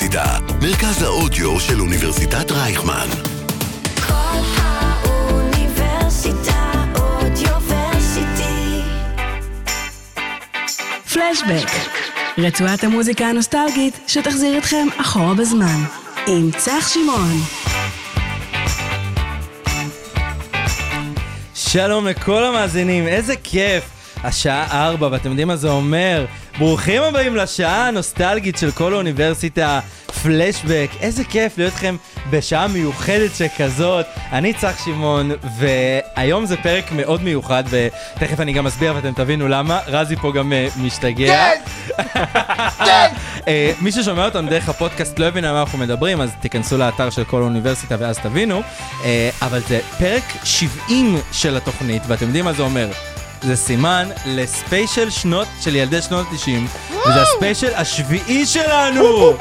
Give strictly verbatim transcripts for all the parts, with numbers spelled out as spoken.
האוניברסיטה, מרכז האודיו של אוניברסיטת רייכמן. כל האוניברסיטה אודיוורסיטי. פלשבק, רצועת המוזיקה הנוסטלגית שתחזיר אתכם אחורה בזמן, עם צח שמעון. שלום לכל המאזינים, איזה כיף. השעה ארבע, ואתם יודעים מה זה אומר? ברוכים הבאים לשעה הנוסטלגית של כל האוניברסיטה, פלשבק. איזה כיף להיות לכם בשעה מיוחדת שכזאת. אני צח שמעון, והיום זה פרק מאוד מיוחד, ותכף אני גם אסביר ואתם תבינו למה. רזי פה גם uh, משתגע. כן! uh, מי ששומע אותנו דרך הפודקאסט לא הבין על מה אנחנו מדברים, אז תיכנסו לאתר של כל האוניברסיטה ואז תבינו. Uh, אבל זה פרק שבעים של התוכנית, ואתם יודעים מה זה אומר? זה סימן לספיישל שנות של ילדי שנות ה-תשעים, וזה הספיישל השביעי שלנו!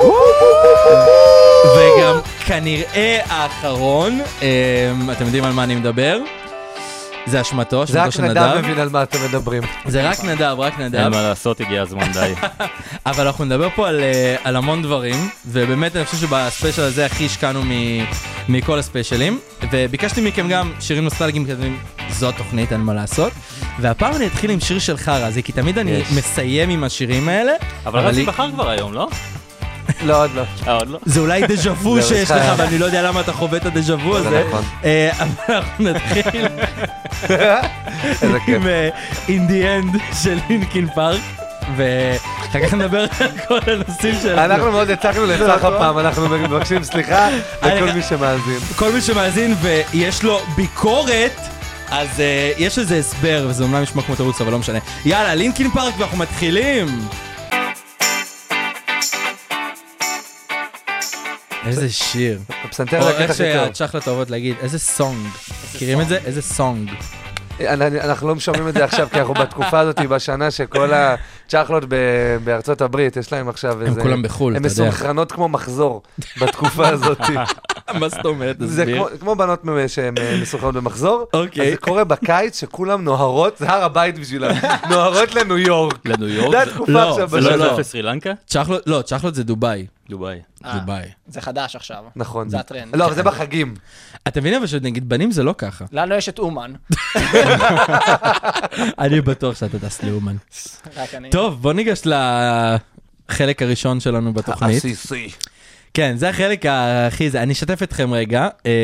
וגם כנראה האחרון, אתם יודעים על מה אני מדבר? זה אשמתו, אשמתו של נדב. זה רק נדב מבין על מה אתם מדברים. זה רק נדב, רק נדב. אין מה לעשות, הגיע הזמן די. אבל אנחנו נדבר פה על, על המון דברים, ובאמת אני חושב שבספיישל הזה הכי השקענו מכל הספיישלים, וביקשתי מכם גם שירים נוסטלגיים, כי זו התוכנית, אין מה לעשות. והפעם אני אתחיל עם שיר שלך, רזי, כי תמיד אני מסיים עם השירים האלה. אבל רזי בחר כבר היום, לא? לא, עוד לא. אה, עוד לא? זה אולי דז'אבו שיש לך, ואני לא יודע למה אתה חווה את הדז'אבו הזה. אבל אנחנו נתחיל עם In the End של לינקין פארק, ואחר כך נדבר על כל הנושאים שלנו. אנחנו מאוד הצלחנו לצלח הפעם, אנחנו מבקשים סליחה לכל מי שמאזין. כל מי שמאזין ויש לו ביקורת, אז uh, יש איזה הסבר, וזה אומנם נשמע כמו תירוץ, אבל לא משנה. יאללה, לינקין פארק, ואנחנו מתחילים. איזה שיר. הפסנתר או זה הקטע איך הכי טוב. שהצ'חלות אוהבות להגיד, איזה סונג. מכירים את זה? איזה סונג. אנחנו לא משומעים את זה עכשיו, כי אנחנו בתקופה הזאת, בשנה שכל הצ'חלות בארצות הברית, יש להם עכשיו איזה... הם כולם בחול, אתה יודע. הם מסונכרנות כמו מחזור בתקופה הזאת. מה זאת אומרת? זה כמו בנות שהן מסונכרנות במחזור. אוקיי. אז זה קורה בקיץ שכולם נוהרות, זה הר הבית בשבילם, נוהרות לניו יורק. לניו יורק? זה התקופה עכשיו בשנה. זה לא לפי סרילנקה? לא, צ'חלות זה דובאי. דובאי. דובאי. זה חדש עכשיו. נכון. זה הטרנד. לא, אבל זה בחגים. אתה מבין אבל שנגיד בנים זה לא ככה. לנו יש את אומן. אני בטוח שאתה טס לאומן. רק אני. טוב, בוא ניגש לחלק הראשון שלנו בתוכנית. ה-סי-סי. כן, זה החלק הכי זה. אני אשתף אתכם רגע,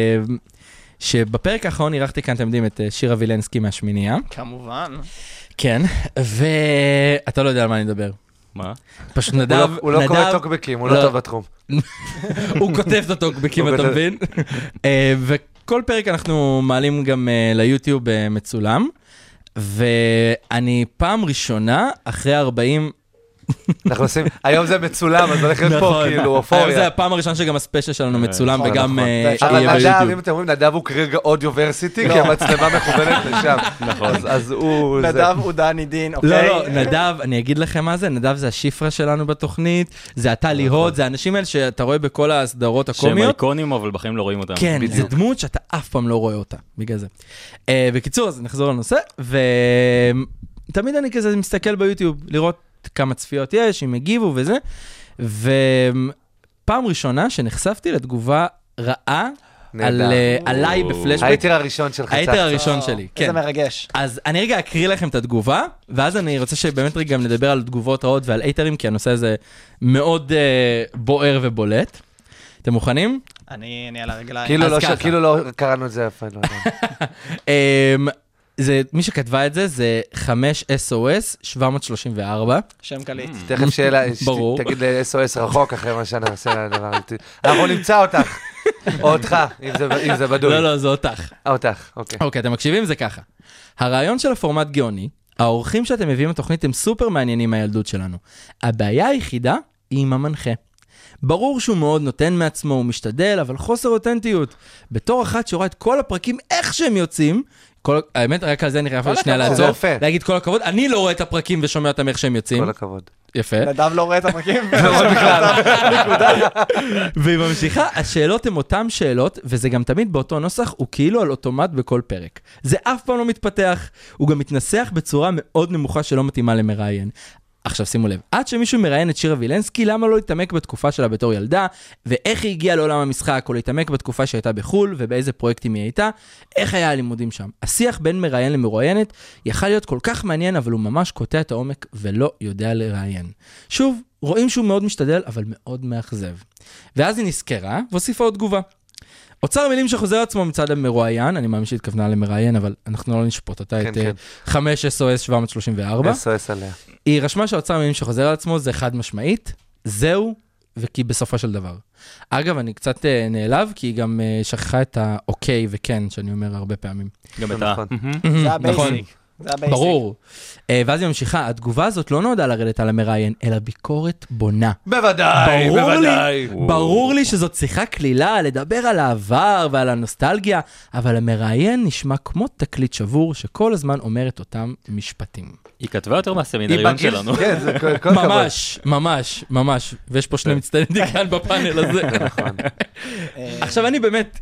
שבפרק האחרון ערכתי כאן, אתם יודעים, את שירה וילנסקי מהשמינייה. כמובן. כן, ואתה לא יודע על מה אני מדבר. מה? פשוט נדב... הוא לא קורא טוקבקים, הוא לא טוב בתחום. הוא כותב את הטוקבקים, אתה מבין? וכל פרק אנחנו מעלים גם ליוטיוב מצולם, ואני פעם ראשונה, אחרי ארבעים... אנחנו עושים, היום זה מצולם, אז הולך להיות פה כאילו אופוריה. היום זה הפעם הראשונה שגם הספיישל שלנו מצולם וגם יהיה אבל ביוטיוב. נדב, אם אתם אומרים, נדב הוא כרגע אודיוורסיטי, כי המצלמה מכוונת לשם. נכון. אז הוא... נדב הוא דני דין, אוקיי? לא, לא, נדב, אני אגיד לכם מה זה, נדב זה השיפרה שלנו בתוכנית, זה אתה ליהוד, זה האנשים האלה שאתה רואה בכל הסדרות הקומיות. שהם איקונים, אבל בחיים לא רואים אותם. כן, זה דמות שאתה אף פעם לא רואה אותה, בגלל זה. בקיצור, אז נחזור לנושא, ותמיד אני כזה מסתכל ביוטיוב לראות כמה צפיות יש, אם הגיבו וזה, ופעם ראשונה שנחשפתי לתגובה רעה על, עליי בפלשבק. הייתי הראשון שלך. הייתי הראשון שלי, כן. איזה מרגש. אז אני רגע אקריא לכם את התגובה, ואז אני רוצה שבאמת רגע נדבר על תגובות רעות ועל אייטרים, כי הנושא הזה מאוד uh, בוער ובולט. אתם מוכנים? אני, אני על הרגליים. כאילו לא, כאילו לא קראנו את זה אף לא יודע. זה, מי שכתבה את זה, זה חמש אס או אס שבע מאות שלושים וארבע. שם קליט. תכף שאלה, ברור. תגיד ל-אס או אס רחוק אחרי מה שנעשה לדבר. אנחנו נמצא אותך, או אותך, אם זה בדוי. לא, לא, זה אותך. אותך, אוקיי. אוקיי, אתם מקשיבים? זה ככה. הרעיון של הפורמט גאוני, האורחים שאתם מביאים לתוכנית הם סופר מעניינים מהילדות שלנו. הבעיה היחידה היא עם המנחה. ברור שהוא מאוד נותן מעצמו, הוא משתדל, אבל חוסר אותנטיות. בתור אחת שרואה את כל הפרקים איך שהם יוצאים, כל, האמת, רק על זה אני חייב שנייה לעצור, להגיד כל הכבוד, אני לא רואה את הפרקים ושומע אותם איך שהם יוצאים. כל הכבוד. יפה. נדב לא רואה את הפרקים. והיא ממשיכה, השאלות הן אותן שאלות, וזה גם תמיד באותו נוסח, הוא כאילו על אוטומט בכל פרק. זה אף פעם לא מתפתח, הוא גם מתנסח בצורה מאוד נמוכה שלא מתאימה למראיין. עכשיו שימו לב, עד שמישהו מראיין את שירה וילנסקי, למה לא להתעמק בתקופה שלה בתור ילדה, ואיך היא הגיעה לעולם המשחק, או להתעמק בתקופה שהייתה בחול, ובאיזה פרויקטים היא הייתה, איך היה הלימודים שם. השיח בין מראיין למרואיינת יכל להיות כל כך מעניין, אבל הוא ממש קוטע את העומק ולא יודע לראיין. שוב, רואים שהוא מאוד משתדל, אבל מאוד מאכזב. ואז היא נזכרה, והוסיפה עוד תגובה. אוצר מילים שחוזר עצמו מצד המרואיין, אני מאמין שהתכוונה למראיין, אבל אנחנו לא נשפוט אותה, כן, את כן. חמש אס או אס שבע מאות שלושים וארבע. אס או אס עליה. היא רשמה שהאוצר מילים שחוזר על עצמו זה חד משמעית, זהו, וכי בסופו של דבר. אגב, אני קצת uh, נעלב, כי היא גם uh, שכחה את האוקיי וכן, שאני אומר הרבה פעמים. גם את ה... נכון. זה נכון. הבייסיק. זה הבייסיק. ברור. אה, ואז היא ממשיכה, התגובה הזאת לא נועדה לרדת על המראיין, אלא ביקורת בונה. בוודאי, ברור בוודאי. לי, ברור לי שזאת שיחה כלילה, לדבר על העבר ועל הנוסטלגיה, אבל המראיין נשמע כמו תקליט שבור, שכל הזמן אומר את אותם משפטים. היא כתבה יותר מהסמינריון היא בגיל- שלנו. כן, זה כל כל כבוד. ממש, ממש, ממש. ויש פה שני מצטיינים כאן בפאנל הזה. נכון. עכשיו אני באמת,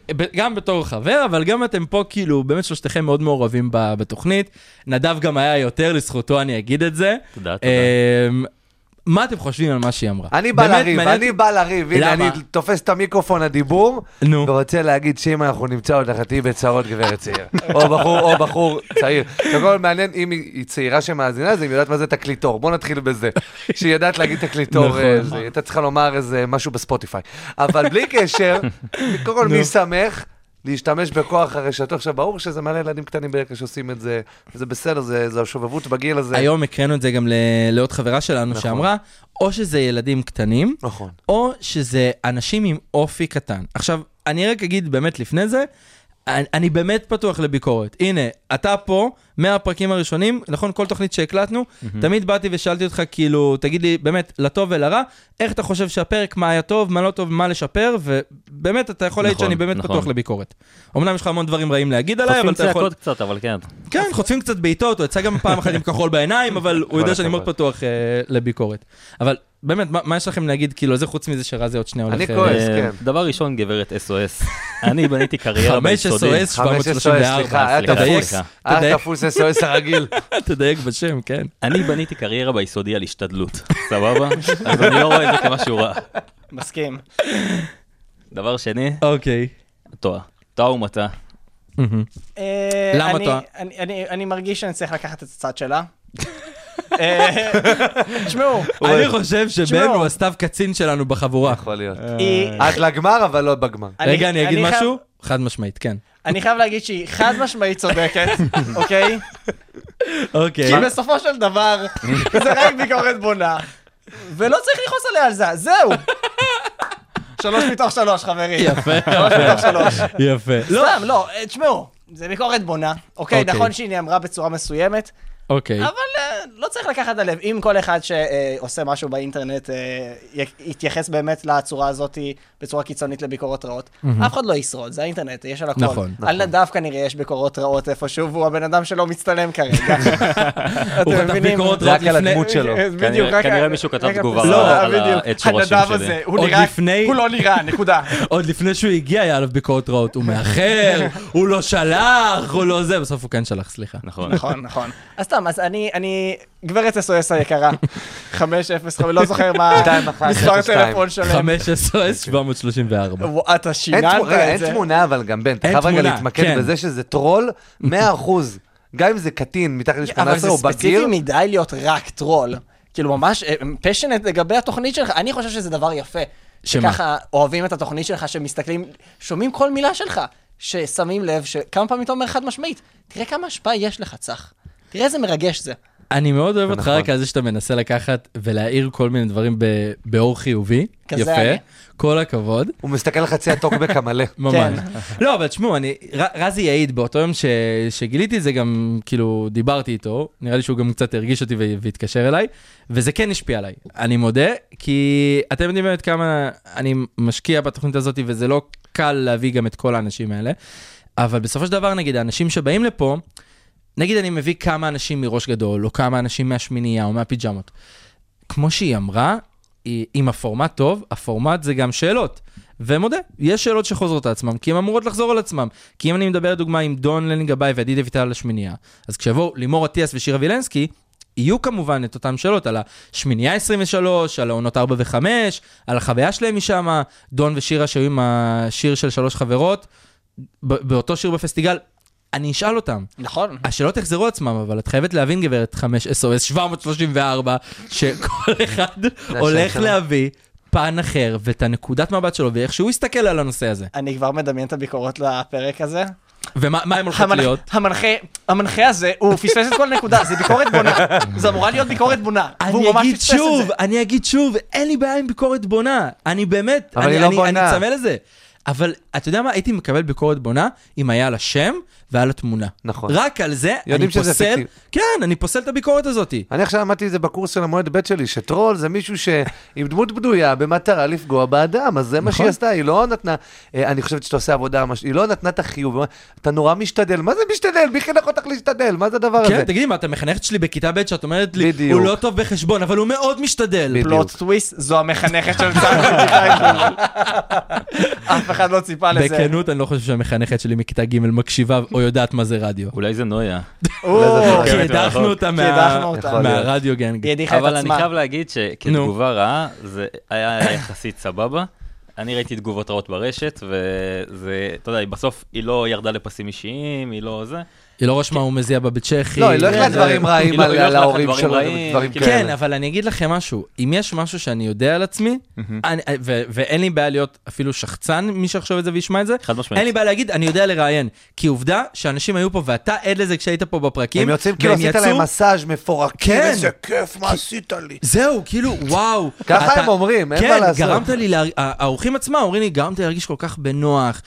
גם בתור חבר, אבל גם אתם פה כאילו, באמת שלושתכם מאוד מעורבים ב- בתוכנית. נדב גם היה יותר, לזכותו אני אגיד את זה. תודה, תודה. אמ, מה אתם חושבים על מה שהיא אמרה? אני בא באמת לריב, מעניין אני אותי- בא לריב, הנה למה? אני תופס את המיקרופון הדיבור, נו. ורוצה להגיד שאם אנחנו נמצא עוד לחתי בצרות גברת צעיר, או בחור, או בחור צעיר. הכל מעניין, אם היא היא צעירה שמאזינה, אז היא יודעת מה זה תקליטור, בוא נתחיל בזה. שהיא יודעת להגיד תקליטור, נכון. אה, זה, היא הייתה צריכה לומר איזה משהו בספוטיפיי. אבל בלי קשר, קודם כל מי שמח להשתמש בכוח הרשתות. עכשיו, ברור שזה מלא ילדים קטנים ברקע שעושים את זה, זה בסדר, זה זה השובבות בגיל הזה. היום הקראנו את זה גם ל- לעוד חברה שלנו נכון. שאמרה, או שזה ילדים קטנים, נכון. או שזה אנשים עם אופי קטן. עכשיו, אני רק אגיד באמת לפני זה, אני, אני באמת פתוח לביקורת. הנה, אתה פה, מהפרקים הראשונים, נכון, כל תוכנית שהקלטנו, mm-hmm. תמיד באתי ושאלתי אותך, כאילו, תגיד לי, באמת, לטוב ולרע, איך אתה חושב שהפרק, מה היה טוב, מה לא טוב, מה לשפר, ובאמת, אתה יכול להגיד נכון, שאני באמת נכון. פתוח לביקורת. אמנם יש לך המון דברים רעים להגיד עליי, אבל חוטפים אתה יכול... צעקות קצת, אבל כן. כן, חוטפים קצת בעיטות, הוא יצא גם פעם אחת עם כחול בעיניים, אבל הוא יודע שאני מאוד הכבוד. פתוח אה, לביקורת. אבל באמת, מה, מה יש לכם להגיד, כאילו, זה חוץ מזה שרזי עוד שנייה הולך... אני אה, כועס. אה, כן. דבר ראשון, גברת אס או אס. אני בניתי קריירה חמש ביסודי. אס או אס שבע מאות שלושים וארבע. סליחה, היה סליחה, תדייק, סליחה. היה תדייק. תפוס אס או אס הרגיל. תדייק בשם, כן. אני בניתי קריירה ביסודי על השתדלות. סבבה? אז אני לא רואה את זה כמשהו רע. מסכים. דבר שני, אוקיי. טועה. טועה ומטעה. אה, למה אני- אתה? אני- אני- אני מרגיש שאני צריך לקחת את הצד שלה. אה, תשמעו, אני חושב שבן תשמעו. הוא הסתיו קצין שלנו בחבורה. יכול להיות. היא- עד לגמר, אבל לא בגמר. אני- רגע, אני אגיד חייב- משהו? חד משמעית, כן. אני חייב להגיד שהיא חד משמעית צודקת, אוקיי? אוקיי. כי בסופו של דבר, זה רק ביקורת בונה, ולא צריך לכעוס עליה על זה, זהו. שלוש מתוך שלוש, חברים. יפה, שלוש מתוך שלוש. יפה. לא, סתם, לא, אה, תשמעו, זה ביקורת בונה, אוקיי? אוקיי. נכון שהיא נאמרה בצורה מסוימת, אוקיי. אבל אה, לא צריך לקחת ללב. אם כל אחד שעושה משהו באינטרנט אה, י- יתייחס באמת לצורה הזאת בצורה קיצונית לביקורות רעות, אף אחד לא ישרוד, זה האינטרנט, יש על הכל. נכון, על נדב כנראה יש ביקורות רעות איפשהו, והוא הבן אדם שלא מצטלם כרגע. הוא אתם כתב מבינים? ביקורות זה רעות רק על לפני... הדמות שלו. בדיוק, כנראה- רק- כנראה מישהו כתב רק תגובה הפרסום, על ה- בדיוק. העץ שורשים הנדב שלי. הזה, הוא עוד נראה, לפני- הוא לא נראה, נקודה. עוד לפני שהוא הגיע היה עליו ביקורות רעות. הוא מאחר, הוא לא שלח, הוא לא זה. בסוף הוא כן שלח, סליחה. נכון. נכון, נכון. אז סתם, אז אני, אני, גברת אס או אס היקרה, חמש אפס חמש, לא זוכר מה, שתיים אחת מספר אפס שתיים. טלפון שלהם. חמש אס או אס שבע מאות שלושים וארבע. וואו, אתה אין שיננת תמונה- רגע, את אין זה. תמונה, אבל גם בן, אתה אין חייב רגע תמונה, להתמקד כן. בזה שזה טרול, מאה אחוז. גם אם זה קטין, מתחת ל-שמונה אבל עשרה זה או ספציפי בגיר, מדי להיות רק טרול. כאילו ממש פשנט לגבי התוכנית שלך. אני חושב שזה דבר יפה. שמה? שככה אוהבים את התוכנית שלך, שמסתכלים, שומעים כל מילה שלך, ששמים לב שכמה פעמים אתה אומר חד משמעית, תראה כמה השפעה יש לך, צח. תראה איזה מרגש זה. אני מאוד אוהב אותך נכון. רק על זה שאתה מנסה לקחת ולהעיר כל מיני דברים ב- באור חיובי. כזה יפה, אני. כל הכבוד. הוא מסתכל על חצי הטוקבק המלא. ממש. לא, אבל תשמעו, אני, ר- רזי יעיד, באותו יום ש, שגיליתי את זה גם, כאילו, דיברתי איתו, נראה לי שהוא גם קצת הרגיש אותי ו- והתקשר אליי, וזה כן השפיע עליי. אני מודה, כי אתם יודעים באמת כמה אני משקיע בתוכנית הזאת, וזה לא קל להביא גם את כל האנשים האלה, אבל בסופו של דבר, נגיד, האנשים שבאים לפה, נגיד אני מביא כמה אנשים מראש גדול, או כמה אנשים מהשמינייה או מהפיג'מות. כמו שהיא אמרה, היא- אם הפורמט טוב, הפורמט זה גם שאלות. ומודה, יש שאלות שחוזרות על עצמם, כי הן אמורות לחזור על עצמם. כי אם אני מדבר דוגמה עם דון לנינג הבאי ועדי דויטל על השמינייה, אז כשיבואו לימור אטיאס ושירה וילנסקי, יהיו כמובן את אותם שאלות על השמינייה עשרים ושלוש, על העונות ארבע וחמש, על החוויה שלהם משם, דון ושירה שהיו עם השיר של שלוש חברות, באותו שיר בפסטיגל, אני אשאל אותם. נכון. השאלות יחזרו עצמם, אבל את חייבת להבין, גברת חמש אס או אס שבע מאות שלושים וארבע, שכל אחד הולך להביא פן אחר, ואת הנקודת מבט שלו, ואיך שהוא יסתכל על הנושא הזה. אני כבר מדמיין את הביקורות לפרק הזה. ומה הם הולכות להיות? המנחה, המנחה הזה, הוא פספס את כל נקודה, זה ביקורת בונה. זה אמורה להיות ביקורת בונה. אני אגיד שוב, אני אגיד שוב, אין לי בעיה עם ביקורת בונה. אני באמת, אני צמא לזה. אבל אתה יודע מה, הייתי מקבל ביקורת בונה, אם היה על השם ועל התמונה. נכון. רק על זה, אני פוסל, כן, אני פוסל את הביקורת הזאת. אני עכשיו למדתי את זה בקורס של המועד ב' שלי, שטרול זה מישהו שעם דמות בדויה במטרה לפגוע באדם, אז זה מה שהיא עשתה, היא לא נתנה, אני חושבת שאתה עושה עבודה, היא לא נתנה את החיוב, אתה נורא משתדל, מה זה משתדל? מי חינך אותך להשתדל? מה זה הדבר הזה? כן, תגידי, מה, אתה מחנכת שלי בכיתה ב' שאת אומרת לי, הוא לא טוב בחשבון, אבל הוא מאוד משתדל. פלוט טוויסט, זו המחנכת של צה"ל. אף אחד לא ציפה לזה. בכנות, אני לא חושב שהמחנכת שלי מכיתה ג' מקשיבה או יודעת מה זה רדיו. אולי זה נויה. כי הדחנו אותה מהרדיו גנג. אבל אני חייב להגיד שכתגובה רעה, זה היה יחסית סבבה. אני ראיתי תגובות רעות ברשת, וזה, אתה יודע, בסוף היא לא ירדה לפסים אישיים, היא לא זה. היא לא רשמה הוא מזיע בבית צ'כי. לא, היא לא החלטה דברים רעים על ההורים שלו, דברים כאלה. כן, אבל אני אגיד לכם משהו, אם יש משהו שאני יודע על עצמי, ואין לי בעיה להיות אפילו שחצן, מי שיחשוב את זה וישמע את זה, אין לי בעיה להגיד, אני יודע לראיין, כי עובדה שאנשים היו פה, ואתה עד לזה כשהיית פה בפרקים, הם יוצאים כאילו עשית להם מסאז' מפורקים, איזה כיף, מה עשית לי? זהו, כאילו, וואו. ככה הם אומרים, אין מה לעשות. כן, גרמת לי, האורחים עצמם אומרים לי, גרמת לי להרגיש כל כך בנוח,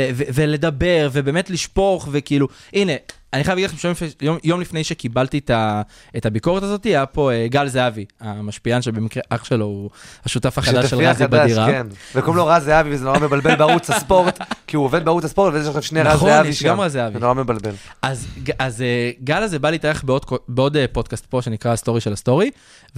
ולדבר, ובאמת לשפוך, וכאילו, הנה, אני חייב להגיד לכם שיום לפני שקיבלתי את הביקורת הזאת, היה פה גל זהבי, המשפיען שבמקרה אח שלו הוא השותף החדש של רזי בדירה. וקוראים לו רז זהבי, וזה נורא מבלבל בערוץ הספורט, כי הוא עובד בערוץ הספורט, ויש עכשיו שני רז זהבי שם. נכון, יש גם רז זהבי. זה נורא מבלבל. אז גל הזה בא להתארח בעוד פודקאסט פה, שנקרא הסטורי של הסטורי,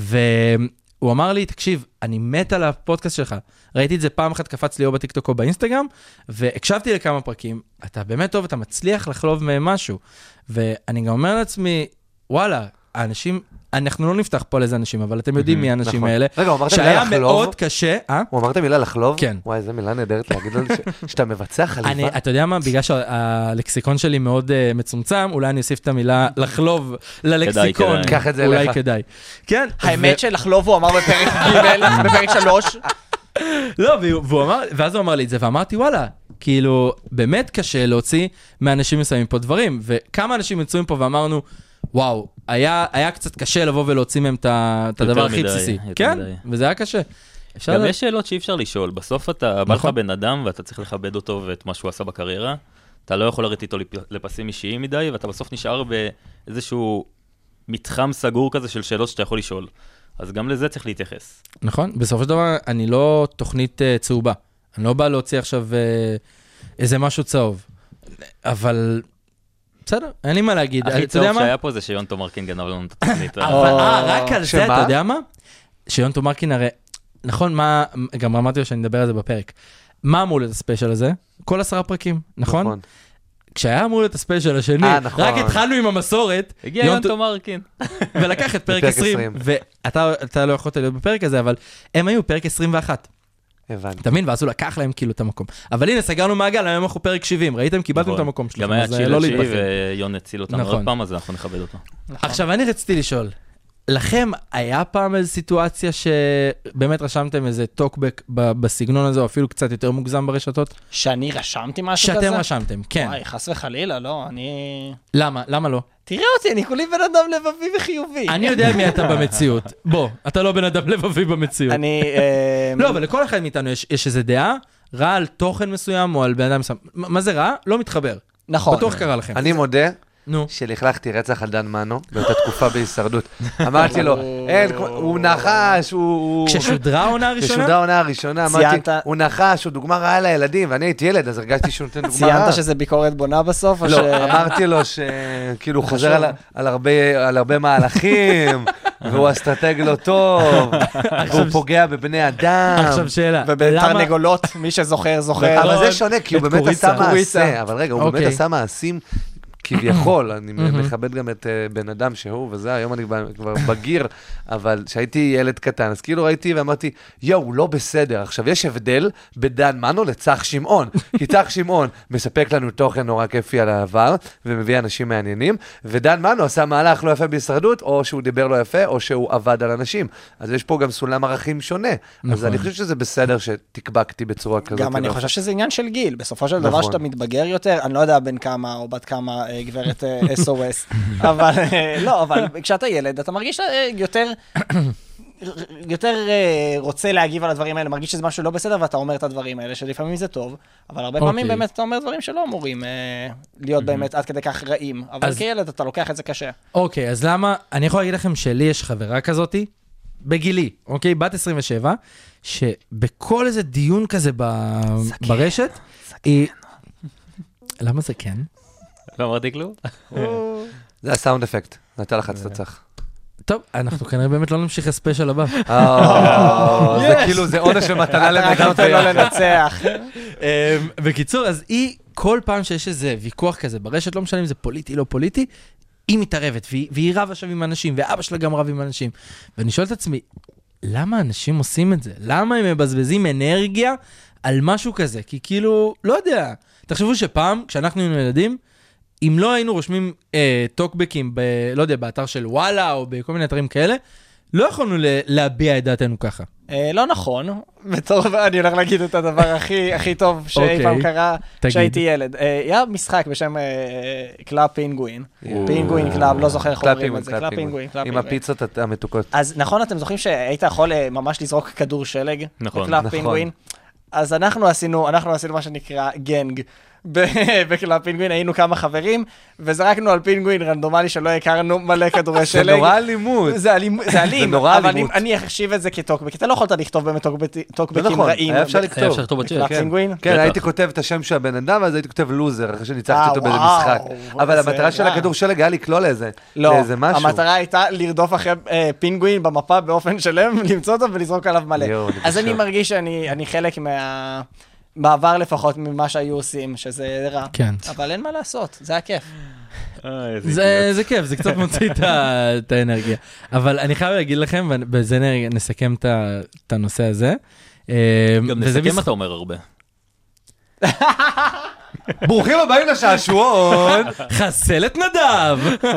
והוא אמר לי, תקשיב, אני מת על הפודקאסט שלך. ראיתי את זה פעם אחת, קפץ לי או בטיקטוק או באינסטגרם, והקשבתי לכמה פרקים, אתה באמת טוב, אתה מצליח לחלוב מהם משהו. ואני גם אומר לעצמי, וואלה, האנשים, אנחנו לא נפתח פה לזה אנשים, אבל אתם יודעים מי האנשים האלה. רגע, הוא אמרת שהיה מילה מאוד לחלוב? קשה, אה? הוא אמרת מילה לחלוב? כן. וואי, איזה מילה נהדרת להגיד לנו שאתה מבצע חליבה. אתה יודע מה, בגלל שהלקסיקון שלי מאוד מצומצם, אולי אני אוסיף את המילה לחלוב ללקסיקון. קח את זה אולי אליך. כדאי. כן. האמת שלחלוב הוא אמר בפרק ג' בפרק שלוש. לא, והוא אמר, ואז הוא אמר לי את זה, ואמרתי, וואלה, כאילו, באמת קשה להוציא מאנשים מסוימים פה דברים, וכמה אנשים יצאו פה ואמרנו, וואו, היה, היה קצת קשה לבוא ולהוציא מהם את הדבר הכי בסיסי. כן, וזה היה קשה. גם יש שאלות שאי אפשר לשאול, בסוף אתה בא לך בן אדם ואתה צריך לכבד אותו ואת מה שהוא עשה בקריירה, אתה לא יכול לרדת איתו לפסים אישיים מדי, ואתה בסוף נשאר באיזשהו מתחם סגור כזה של שאלות שאתה יכול לשאול. אז גם לזה צריך להתייחס. נכון, בסופו של דבר אני לא תוכנית צהובה. אני לא בא להוציא עכשיו איזה משהו צהוב. אבל בסדר, אין לי מה להגיד. הכי צהוב שהיה פה זה שיונטו מרקין גנב לנו את התוכנית. רק על זה, אתה יודע מה? שיונטו מרקין הרי, נכון, מה, גם אמרתי לו שאני מדבר על זה בפרק. מה אמור להיות הספיישל הזה? כל עשרה פרקים, נכון? כשהיה אמור להיות הספיישל השני, רק התחלנו עם המסורת. הגיע יונטו מרקין. ולקח את פרק עשרים. ואתה לא יכולת להיות בפרק הזה, אבל הם היו פרק עשרים ואחת. הבנתי. תמיד, ואז הוא לקח להם כאילו את המקום. אבל הנה, סגרנו מעגל, היום אנחנו פרק שבעים. ראיתם? קיבלתם את המקום שלכם. גם היה צ'יל הצ'י ויון הציל אותנו עוד פעם, אז אנחנו נכבד אותו. עכשיו, אני רציתי לשאול, לכם היה פעם איזו סיטואציה שבאמת רשמתם איזה טוקבק בסגנון הזה, או אפילו קצת יותר מוגזם ברשתות? שאני רשמתי משהו כזה? שאתם רשמתם, כן. וואי, חס וחלילה, לא, אני... למה? למה לא? תראה אותי, אני כולי בן אדם לבבי וחיובי. אני יודע מי אתה במציאות. בוא, אתה לא בן אדם לבבי במציאות. אני... לא, אבל לכל אחד מאיתנו יש איזו דעה, רע על תוכן מסוים או על בן אדם מסוים. מה זה רע? לא מתחבר. נכון. בטוח קרה לכם. אני מודה נו. שלכלכתי רצח על דן מנו, באותה תקופה בהישרדות. אמרתי לו, אין, הוא נחש, הוא... כששודרה העונה הראשונה? כששודרה העונה הראשונה, אמרתי, הוא נחש, הוא דוגמה רעה לילדים, ואני הייתי ילד, אז הרגשתי שהוא נותן דוגמה רעה. ציינת שזה ביקורת בונה בסוף? לא, אמרתי לו שכאילו הוא חוזר על הרבה מהלכים, והוא אסטרטג לא טוב, והוא פוגע בבני אדם. עכשיו שאלה. ובתרנגולות, מי שזוכר, זוכר. אבל זה שונה, כי הוא באמת עשה מעשה, אבל רגע, הוא באמת עשה מעשים כביכול, אני מכבד גם את בן אדם שהוא, וזה, היום אני כבר בגיר, אבל כשהייתי ילד קטן, אז כאילו ראיתי ואמרתי, יואו, הוא לא בסדר. עכשיו, יש הבדל בדן מנו לצח שמעון, כי צח שמעון מספק לנו תוכן נורא כיפי על העבר, ומביא אנשים מעניינים, ודן מנו עשה מהלך לא יפה בהישרדות, או שהוא דיבר לא יפה, או שהוא עבד על אנשים. אז יש פה גם סולם ערכים שונה. אז אני חושב שזה בסדר שתקבקתי בצורה כזאת. גם אני חושב שזה עניין של גיל. בסופו של דבר שאתה מתבגר יותר, אני לא יודע בין כמה או בת כמה גברת אס או אס, אבל לא, אבל כשאתה ילד, אתה מרגיש יותר יותר רוצה להגיב על הדברים האלה, מרגיש שזה משהו לא בסדר, ואתה אומר את הדברים האלה, שלפעמים זה טוב, אבל הרבה פעמים באמת אתה אומר דברים שלא אמורים להיות באמת עד כדי כך רעים, אבל כילד אתה לוקח את זה קשה. אוקיי, אז למה, אני יכול להגיד לכם שלי יש חברה כזאתי, בגילי, אוקיי, בת עשרים ושבע, שבכל איזה דיון כזה ברשת, היא... למה זה כן? לא אמרתי כלום? זה הסאונד אפקט, נתה לחץ את הצח. טוב, אנחנו כנראה באמת לא נמשיך הספיישל הבא. זה כאילו, זה עונש ומתנה למדם לא לנצח. בקיצור, אז היא, כל פעם שיש איזה ויכוח כזה ברשת, לא משנה אם זה פוליטי, לא פוליטי, היא מתערבת, והיא רב עכשיו עם אנשים, ואבא שלה גם רב עם אנשים. ואני שואל את עצמי, למה אנשים עושים את זה? למה הם מבזבזים אנרגיה על משהו כזה? כי כאילו, לא יודע. תחשבו שפעם, כשאנחנו היינו ילדים, אם לא היינו רושמים אה, טוקבקים, ב, לא יודע, באתר של וואלה, או בכל מיני אתרים כאלה, לא יכולנו להביע את דעתנו ככה. אה, לא נכון. בתור, אני הולך להגיד את הדבר הכי, הכי טוב שאי פעם קרה כשהייתי ילד. אה, היה משחק בשם אה, קלאב פינגווין. פינגווין קלאב, לא זוכר איך אומרים את זה. קלאב פינגווין. עם הפיצות המתוקות. אז נכון, אתם זוכרים שהיית יכול אה, ממש לזרוק כדור שלג? נכון. בקלאב פינגווין. אז אנחנו עשינו, אנחנו עשינו מה שנקרא גנג. בקלאב פינגווין היינו כמה חברים, וזרקנו על פינגווין רנדומלי שלא הכרנו מלא כדורי שלג. זה נורא אלימות. זה אלים, אבל אני אחשיב את זה כטוקבק, אתה לא יכולת לכתוב באמת טוקבקים רעים. היה אפשר לכתוב. בקלאב פינגווין? כן, הייתי כותב את השם של הבן אדם, ואז הייתי כותב לוזר, אחרי שניצחתי אותו באיזה משחק. אבל המטרה של הכדור שלג היה לקלוא לאיזה משהו. המטרה הייתה לרדוף אחרי פינגווין במפה באופן שלם, למצוא אותו ולזרוק עליו מלא. אז אני מרגיש שאני חלק מה... בעבר לפחות ממה שהיו עושים, שזה רע. כן. אבל אין מה לעשות, זה היה כיף. זה כיף, זה קצת מוציא את האנרגיה. אבל אני חייב להגיד לכם, ובזה נסכם את הנושא הזה. גם נסכם אתה אומר הרבה. ברוכים הבאים לשעשועון. חסל את נדב.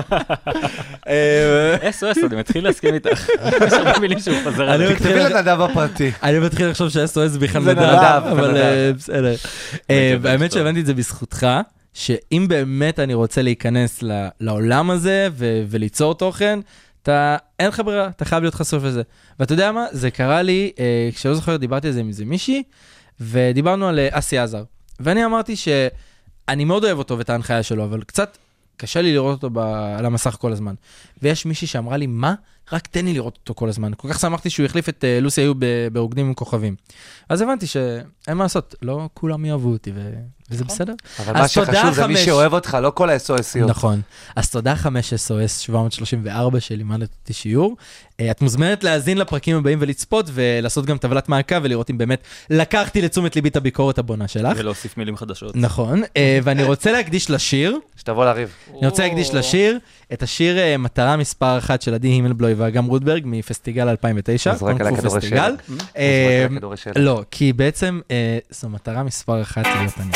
אס או אס, אני מתחיל להסכים איתך. יש הרבה מילים שהוא פזר על זה. תכתבי לנדב הפרטי. אני מתחיל לחשוב ש-אס או אס בכלל נדב, אבל בסדר. האמת שהבנתי את זה בזכותך, שאם באמת אני רוצה להיכנס לעולם הזה וליצור תוכן, אתה, אין לך ברירה, אתה חייב להיות חשוף לזה. ואתה יודע מה? זה קרה לי, כשלא זוכר, דיברתי על זה עם איזה מישהי, ודיברנו על אסי עזר. ואני אמרתי שאני מאוד אוהב אותו ואת ההנחיה שלו, אבל קצת קשה לי לראות אותו על המסך כל הזמן. ויש מישהי שאמרה לי, מה? רק תן לי לראות אותו כל הזמן. כל כך שמחתי שהוא החליף את לוסי היו ברוקדים עם כוכבים. אז הבנתי שאין מה לעשות, לא כולם יאהבו אותי, וזה בסדר. אבל מה שחשוב זה מי שאוהב אותך, לא כל ה-אס או אס-יות. נכון. אז תודה חמש אס או אס שבע מאות שלושים וארבע שלימדת אותי שיעור. את מוזמנת להאזין לפרקים הבאים ולצפות, ולעשות גם טבלת מעקב, ולראות אם באמת לקחתי לתשומת ליבי את הביקורת הבונה שלך. ולהוסיף מילים חדשות. נכון. ואני רוצה להקדיש לשיר. שתבוא להריב. אני רוצה להקדיש לשיר, את השיר מטרה מספר אחת של עדי הימלבלוי ואגם רוטברג מפסטיגל אלפיים ותשע. אז רק על הכדורשל. לא, כי בעצם זו מטרה מספר אחת להיות אני.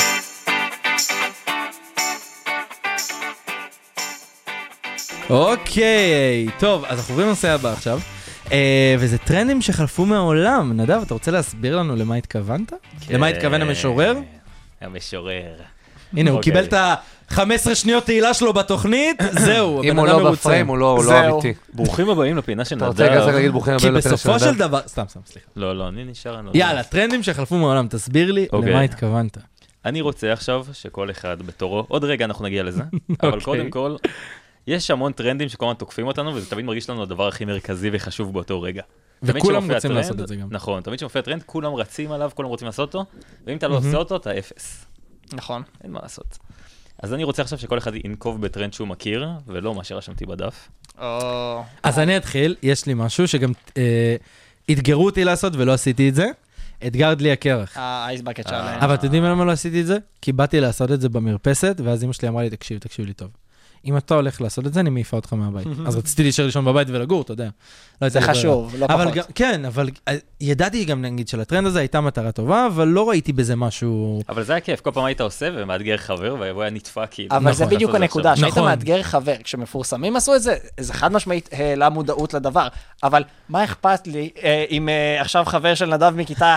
אוקיי, טוב, אז אנחנו עוברים לנושא הבא עכשיו, וזה טרנדים שחלפו מהעולם. נדב, אתה רוצה להסביר לנו למה התכוונת? למה התכוון המשורר? המשורר. הנה, הוא קיבל את ה-חמש עשרה שניות תהילה שלו בתוכנית, זהו, אם הוא לא בפריים, הוא לא אמיתי. ברוכים הבאים לפינה של נדב. אתה רוצה כזה להגיד ברוכים הבאים לפינה של נדב? כי בסופו של דבר, סתם, סתם, סליחה. לא, לא, אני נשאר. יאללה, טרנדים שחלפו מהעולם, תסביר לי למה התכוונת. אני רוצה עכשיו שכל אחד בתורו, עוד רגע אנחנו נגיע לזה, אבל קודם כל, יש המון טרנדים שכל הזמן תוקפים אותנו, וזה תמיד מרגיש לנו הדבר הכי מרכזי וחשוב באותו רגע. וכולם רוצים לעשות את זה גם. נכון, תמיד שמופיע טרנד, כולם רצים עליו, כולם רוצים לעשות אותו, ואם אתה לא עושה אותו, אתה אפס. נכון. אין מה לעשות. אז אני רוצה עכשיו שכל אחד ינקוב בטרנד שהוא מכיר, ולא מה שרשמתי בדף. אז אני אתחיל, יש לי משהו שגם התגרו אותי לעשות ולא עשיתי את זה. אתגר דלי הקרח. האייס בקט שלהם. אבל אתם יודעים למה לא עשיתי את זה? כי באתי לעשות את זה במרפסת, ואז אמא שלי אמרה לי, תקשיב, תקשיב לי טוב. אם אתה הולך לעשות את זה, אני מעיפה אותך מהבית. אז רציתי להישאר לישון בבית ולגור, אתה יודע. זה חשוב, לא פחות. כן, אבל ידעתי גם נגיד שלטרנד הזה הייתה מטרה טובה, אבל לא ראיתי בזה משהו... אבל זה היה כיף, כל פעם היית עושה ומאתגר חבר, והוא היה נתפע כאילו. אבל זה בדיוק הנקודה, שהיית מאתגר חבר, כשמפורסמים עשו את זה, זה חד משמעית העלה מודעות לדבר, אבל מה אכפת לי אם עכשיו חבר של נדב מכיתה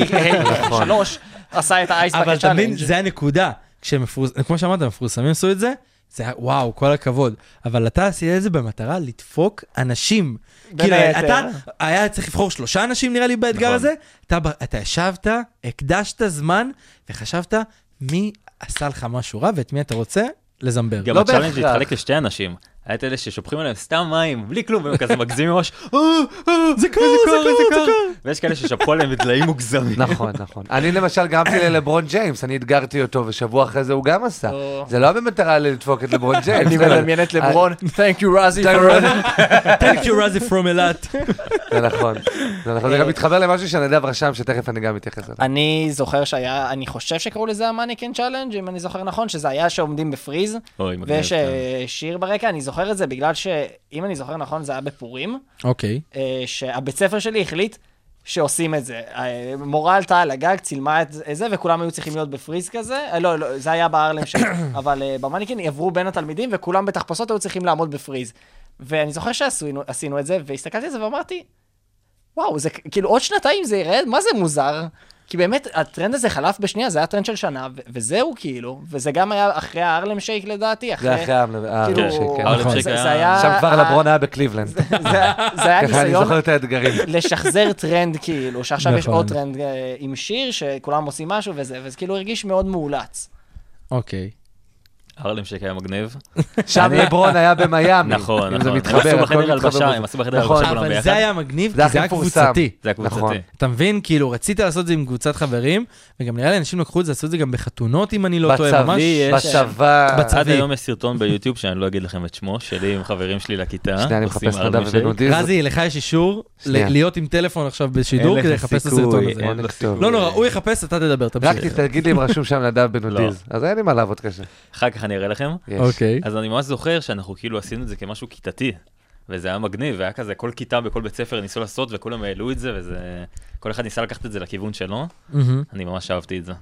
ה' שלוש עשה את האייס פאקט צ'אלנג'? אבל תמיד, זה הנקודה, כמו שאמרת, מפורסמים עשו את זה, זה היה, וואו, כל הכבוד. אבל אתה עשית את זה במטרה לדפוק אנשים. כאילו, אתה היה צריך לבחור שלושה אנשים, נראה לי, באתגר הזה. אתה ישבת, הקדשת זמן, וחשבת מי עשה לך משהו רע, ואת מי אתה רוצה לזמבר. גם הצ'אלנג' להתחלק לשתי אנשים. היה את אלה ששופכים עליהם סתם מים, בלי כלום, והם כזה מגזימים ממש, זה קור, זה קור, זה קור. ויש כאלה ששפכו עליהם בדליים מוגזמים. נכון, נכון. אני למשל גרמתי ללברון ג'יימס, אני אתגרתי אותו, ושבוע אחרי זה הוא גם עשה. זה לא במטרה לדפוק את לברון ג'יימס. אני מדמיין את לברון, thank you רזי. thank you רזי from אילת. זה נכון. זה גם מתחבר למשהו שנדב רשם, שתכף אני גם מתייחס אליו. אני זוכר שהיה, אני חושב שקראו לזה המאניקן צ'אלנג', אם אני זוכר נכון, שזה היה שעומדים בפריז, ויש שיר ברקע, אני זוכר את זה בגלל שאם אני זוכר נכון, זה היה בפורים. אוקיי. שהבית ספר שלי החליט שעושים את זה. מורה עלתה על הגג, צילמה את זה, וכולם היו צריכים להיות בפריז כזה. לא, לא, זה היה בארלם שלי. אבל במאניקן יעברו בין התלמידים, וכולם בתחפושות היו צריכים לעמוד בפריז. ואני זוכר שעשינו את זה, והסתכלתי על זה ואמרתי, וואו, זה כאילו עוד שנתיים זה ירד, מה זה מוזר? כי באמת, הטרנד הזה חלף בשנייה, זה היה טרנד של שנה, וזהו כאילו, וזה גם היה אחרי הארלם שייק לדעתי, זה אחרי הארלם שייק, כן. שם כבר לברון היה בקליבלנד. זה היה ניסיון את האתגרים. לשחזר טרנד כאילו, שעכשיו יש עוד טרנד עם שיר, שכולם עושים משהו וזה, וזה כאילו הרגיש מאוד מאולץ. אוקיי. הרלם שייק היה מגניב. שם לברון היה במיימי. נכון, אם זה נכון. מתחבר, הם עשו בחדר הלבשה, הם עשו בחדר הלבשה כולם ביחד. אבל זה היה מגניב, כי זה היה קבוצתי. זה היה קבוצתי. אתה מבין, כאילו, רצית לעשות את זה עם קבוצת חברים, וגם נראה לי אנשים לקחו את זה, עשו את זה גם בחתונות, אם אני לא טועה ממש. בצבא. עד היום יש סרטון ביוטיוב, שאני לא אגיד לכם את שמו, שלי עם חברים שלי לכיתה. שנייה, אני מחפש נדב ובנודיז. רזי, לך יש אישור להיות עם טלפון עכשיו בשידור, כדי לחפש את הסרטון הזה. לא נורא, הוא יחפש, אתה תדבר, רק תגיד לי אם רשום שם נדב בנודיז. אז אין לי מה לעבוד קשה. אחר כך אני אראה לכם. אוקיי. אז אני ממש זוכר שאנחנו כאילו עשינו את זה כמשהו כיתתי, וזה היה מגניב, והיה כזה, כל כיתה בכל בית ספר ניסו לעשות, וכולם העלו את זה, וזה... כל אחד ניסה לקחת את זה לכיוון שלו. אני ממש אהבתי את זה.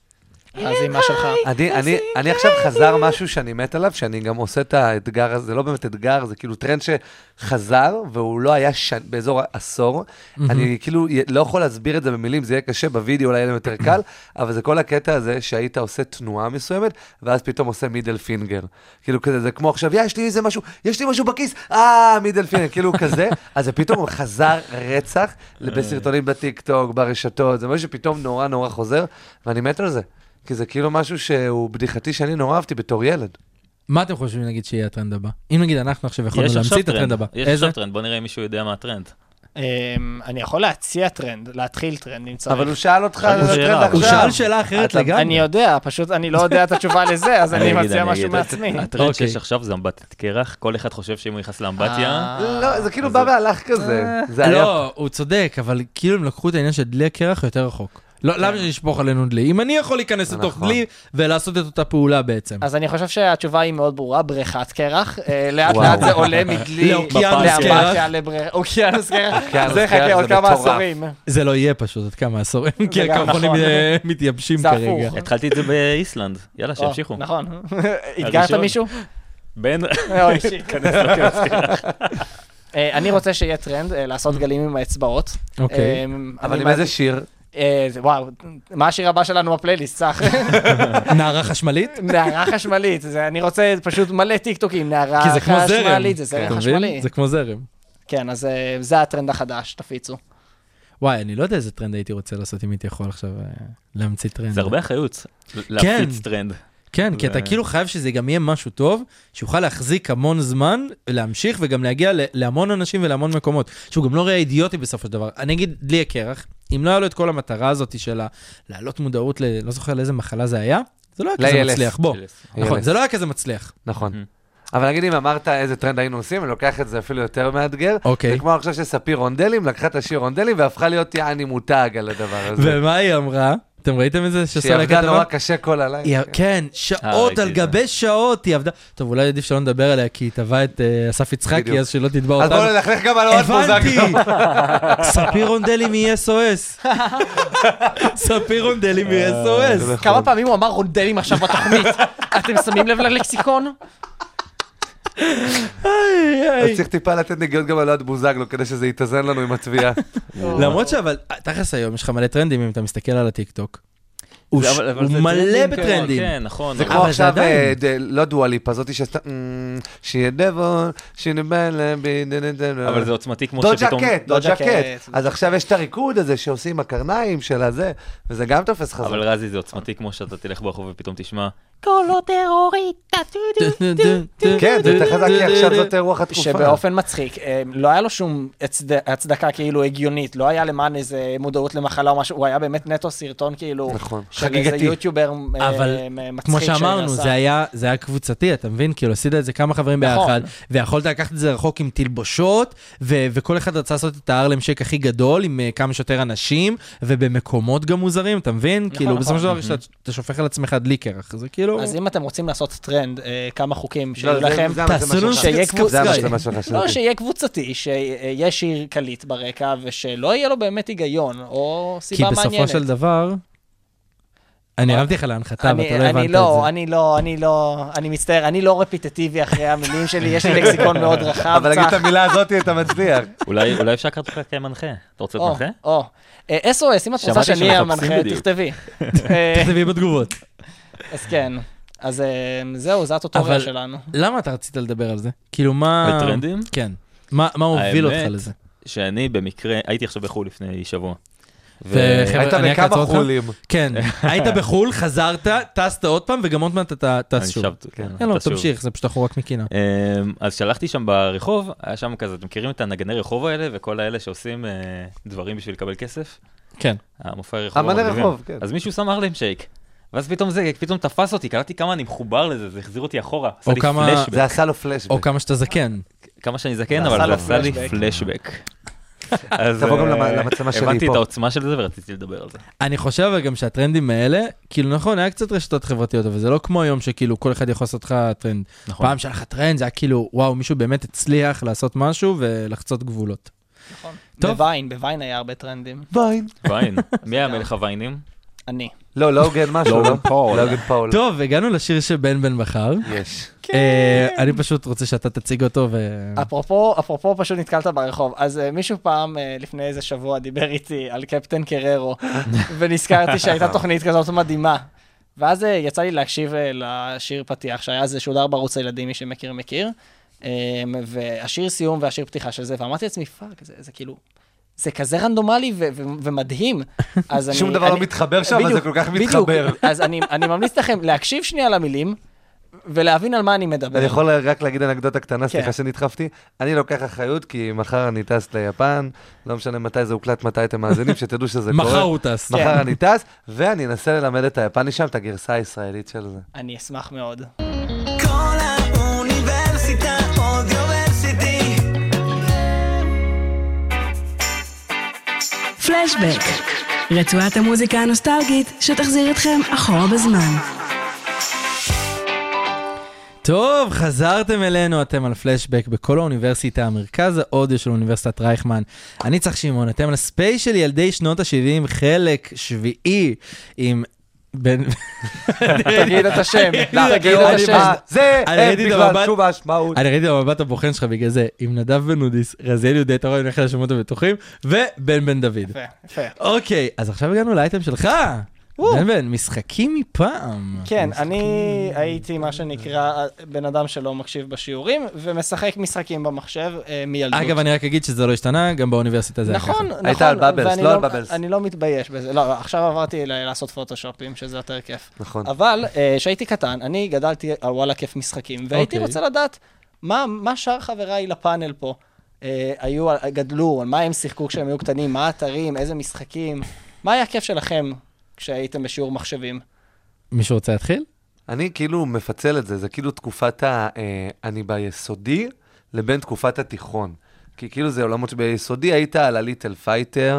אז עם מה שלך? אני עכשיו חזר משהו שאני מת עליו, שאני גם עושה את האתגר הזה, זה לא באמת אתגר, זה כאילו טרנד שחזר, והוא לא היה באזור עשור. אני כאילו לא יכול להסביר את זה במילים, זה יהיה קשה, בווידאו אולי יהיה יותר קל, אבל זה כל הקטע הזה שהיית עושה תנועה מסוימת, ואז פתאום עושה מידל פינגר. כאילו כזה, זה כמו עכשיו, יש לי איזה משהו, יש לי משהו בכיס, אה, מידל פינגר, כאילו כזה. אז זה פתאום חזר רצח, בסרטונים בטיק-טוק, ברשתות, זה משהו שפתאום נורא נורא חוזר, ואני מת על זה. כי זה כאילו משהו שהוא בדיחתי שאני נורא אהבתי בתור ילד. מה אתם חושבים, נגיד, שיהיה הטרנד הבא? אם נגיד אנחנו עכשיו יכולנו להמציא את הטרנד הבא. יש עכשיו טרנד, בוא נראה אם מישהו יודע מה הטרנד. אני יכול להציע טרנד, להתחיל טרנד, אם צריך. אבל הוא שאל אותך על הטרנד עכשיו. הוא שאל שאלה אחרת לגמרי. אני יודע, פשוט אני לא יודע את התשובה לזה, אז אני מציע משהו מעצמי. הטרנד שיש עכשיו זה אמבטיית קרח, כל אחד חושב שאם הוא נכנס לאמבטיה... לא, זה כאילו בא והלך כזה. לא, הוא צודק, אבל כאילו הם לקחו את העניין של דלי הקרח יותר רחוק. לא, למה שנשפוך עלינו דלי? אם אני יכול להיכנס לתוך דלי ולעשות את אותה פעולה בעצם. אז אני חושב שהתשובה היא מאוד ברורה, בריכת קרח. לאט לאט זה עולה מדלי לאוקיינוס קרח. אוקיינוס קרח. זה חכה עוד כמה עשורים. זה לא יהיה פשוט עוד כמה עשורים, כי הקרחונים מתייבשים כרגע. התחלתי את זה באיסלנד. יאללה, שימשיכו. נכון. התגרת מישהו? בן... כנס לאוקיינוס קרח. אני רוצה שיהיה טרנד, לעשות גלים עם האצבעות. אוקיי. אבל עם איזה שיר? וואו, מה השיר הבא שלנו בפלייליסט, צח? נערה חשמלית? נערה חשמלית, אני רוצה פשוט מלא טיקטוקים, נערה חשמלית, זה זרם חשמלי. זה כמו זרם. כן, אז זה הטרנד החדש, תפיצו. וואי, אני לא יודע איזה טרנד הייתי רוצה לעשות אם הייתי יכול עכשיו להמציא טרנד. זה הרבה אחריות, להפיץ טרנד. כן, כי אתה כאילו חייב שזה גם יהיה משהו טוב, שיוכל להחזיק המון זמן, להמשיך וגם להגיע להמון אנשים ולהמון מקומות, שהוא גם לא ראה אידיוטי בסופו של דבר. אני אגיד, דלי הקרח, אם לא היה לו את כל המטרה הזאת של להעלות מודעות, לא זוכר לאיזה מחלה זה היה, זה לא היה כזה מצליח, בוא. נכון, זה לא היה כזה מצליח. נכון. אבל נגיד אם אמרת איזה טרנד היינו עושים, אני לוקח את זה אפילו יותר מאתגר. אוקיי. זה כמו עכשיו שספיר רונדלים, לקחה את השיר רונדלים, והפכה להיות יעני מותג על הדבר הזה. ומה היא אמרה? אתם ראיתם את זה? שהיא עבדה נורא קשה כל הלילה. כן, שעות על גבי שעות היא עבדה. טוב, אולי עדיף שלא נדבר עליה, כי היא טבעה את אסף יצחקי, אז שלא תתבע אותנו. אז בואו נלכלך גם על אוהד בוזגלו. הבנתי! ספיר רונדלי מ-אס או אס. ספיר רונדלי מ-אס או אס. כמה פעמים הוא אמר רונדלים עכשיו בתוכנית? אתם שמים לב ללקסיקון? אז צריך טיפה לתת נגיעות גם על אוהד בוזגלו, כדי שזה יתאזן לנו עם התביעה. למרות שאבל, תכלס היום, יש לך מלא טרנדים, אם אתה מסתכל על הטיקטוק. הוא מלא בטרנדים. כן, נכון. זה כמו עכשיו, לא דואליפה, זאתי שעשתה, שיהיה דבו, שנבלה, אבל זה עוצמתי כמו דוד שפתאום... ג'קט, דוד ג'קט. אז עכשיו יש את הריקוד הזה שעושים הקרניים של הזה, וזה גם תופס חזק. אבל רזי, זה עוצמתי כמו שאתה תלך ברחוב ופתאום תשמע, קולו טרוריטה, כן, זה יותר חזק, כי עכשיו זאת רוח התקופה. שבאופן מצחיק, לא היה לו שום הצדקה כאילו הגיונית, לא היה למען איזה מודעות למחלה או משהו, הוא היה באמת נטו סרטון כאילו, של איזה יוטיובר מצחיק. אבל כמו שאמרנו, זה היה קבוצתי, אתה מבין? כאילו עשית את זה כמה חברים ביחד, ויכולת לקחת את זה רחוק עם תלבושות, וכל אחד רצה לעשות את ההרלם שייק הכי גדול, עם כמה שיותר אנשים, ובמקומות גם מוזרים, אתה מבין? כאילו בסופו של דבר אתה שופך על עצמך דליקר, זה כאילו... אז אם אתם רוצים לעשות טרנד, כמה חוקים שיהיו לכם, שיהיה קבוצתי, שיהיה שיר קליט ברקע, ושלא יהיה לו באמת היגיון, או סיבה מעניינת. כי בסופו של דבר... אני הרמתי לך להנחתה, ואתה לא הבנת את זה. אני לא, אני לא, אני מצטער, אני לא רפיטטיבי אחרי המילים שלי, יש לי לקסיקון מאוד רחב. אבל להגיד את המילה הזאת, אתה מצליח. אולי אפשר לקחת לך כמנחה. אתה רוצה להיות מנחה? או, אס או אס, אם את רוצה שאני אהיה המנחה, תכתבי. תכתבי בתגובות. אז כן. אז זהו, זו הטוטוריה שלנו. למה אתה רצית לדבר על זה? כאילו מה... בטרנדים? כן. מה הוביל אותך לזה? שאני במקרה, הייתי עכשיו בחול לפני שבוע. היית בכמה חולים. כן, היית בחול, חזרת, טסת עוד פעם, וגם עוד מעט אתה טס שוב. כן, לא, תמשיך, זה פשוט אנחנו רק מקינה. אז שלחתי שם ברחוב, היה שם כזה, אתם מכירים את הנגני רחוב האלה, וכל האלה שעושים דברים בשביל לקבל כסף? כן. המופעי רחוב. אמני רחוב, כן. אז מישהו שם הרלם שייק. ואז פתאום זה, פתאום תפס אותי, קראתי כמה אני מחובר לזה, זה החזיר אותי אחורה. זה עשה לו פלשבק. או כמה שאתה זקן. כמה שאני זקן, אבל זה עשה לי פלשבק. תבוא גם למצלמה שלי פה. הבנתי את העוצמה של זה ורציתי לדבר על זה. אני חושב גם שהטרנדים האלה, כאילו נכון, היה קצת רשתות חברתיות, אבל זה לא כמו היום שכאילו כל אחד יכול לעשות לך טרנד. פעם שהיה לך טרנד, זה היה כאילו, וואו, מישהו באמת הצליח לעשות משהו ולחצות גבולות. נכון. בוויין, בוויין היה הרבה טרנדים. ויין. ויין. מי היה מלך הוויינים? אני. לא, לוגן משהו, לא? לוגן פאול. טוב, הגענו לשיר שבן בן בחר. יש. אני פשוט רוצה שאתה תציג אותו ו... אפרופו, אפרופו פשוט נתקלת ברחוב, אז מישהו פעם לפני איזה שבוע דיבר איתי על קפטן קררו, ונזכרתי שהייתה תוכנית כזאת מדהימה. ואז יצא לי להקשיב לשיר פתיח, שהיה זה שודר בערוץ הילדים, מי שמכיר מכיר, והשיר סיום והשיר פתיחה של זה, ואמרתי לעצמי, פאק, זה כאילו... זה כזה רנדומלי ומדהים. שום דבר לא מתחבר שם, אבל זה כל כך מתחבר. אז אני ממליץ לכם להקשיב שנייה למילים, ולהבין על מה אני מדבר. אני יכול רק להגיד אנקדוטה קטנה, סליחה שנדחפתי. אני לוקח אחריות, כי מחר אני טס ליפן, לא משנה מתי זה הוקלט, מתי אתם מאזינים, שתדעו שזה קורה. מחר הוא טס. מחר אני טס, ואני אנסה ללמד את היפני שם, את הגרסה הישראלית של זה. אני אשמח מאוד. פלשבק, רצועת המוזיקה הנוסטלגית שתחזיר אתכם אחורה בזמן. טוב, חזרתם אלינו, אתם על פלשבק בכל האוניברסיטה, מרכז האודיו של אוניברסיטת רייכמן. אני צריך שמעון, אתם על הספייס של ילדי שנות ה-שבעים, חלק שביעי עם... תגיד את השם, תגיד את השם. זה אין בכלל שום משמעות. אני ראיתי במבט הבוחן שלך בגלל זה, עם נדב בנודיס, רזיאל יהודי, אתה רואה, אני הולך לשמות הבטוחים, ובן בן דוד. יפה, יפה. אוקיי, אז עכשיו הגענו לאייטם שלך. בן בן, משחקים מפעם. כן, אני הייתי מה שנקרא בן אדם שלא מקשיב בשיעורים, ומשחק משחקים במחשב מילדות. אגב, אני רק אגיד שזה לא השתנה, גם באוניברסיטה זה היה ככה. נכון, נכון. היית על בבלס, לא על בבלס. אני לא מתבייש בזה. לא, עכשיו עברתי לעשות פוטושופים, שזה יותר כיף. נכון. אבל כשהייתי קטן, אני גדלתי על וואלה כיף משחקים, והייתי רוצה לדעת מה שאר חבריי לפאנל פה היו, גדלו, מה הם שיחקו כשהם היו קטנים, מה האתרים, איזה משחקים, מה היה הכיף שלכם כשהייתם בשיעור מחשבים? מישהו רוצה להתחיל? אני כאילו מפצל את זה, זה כאילו תקופת ה... אני ביסודי לבין תקופת התיכון. כי כאילו זה עולמות שביסודי היית על הליטל פייטר,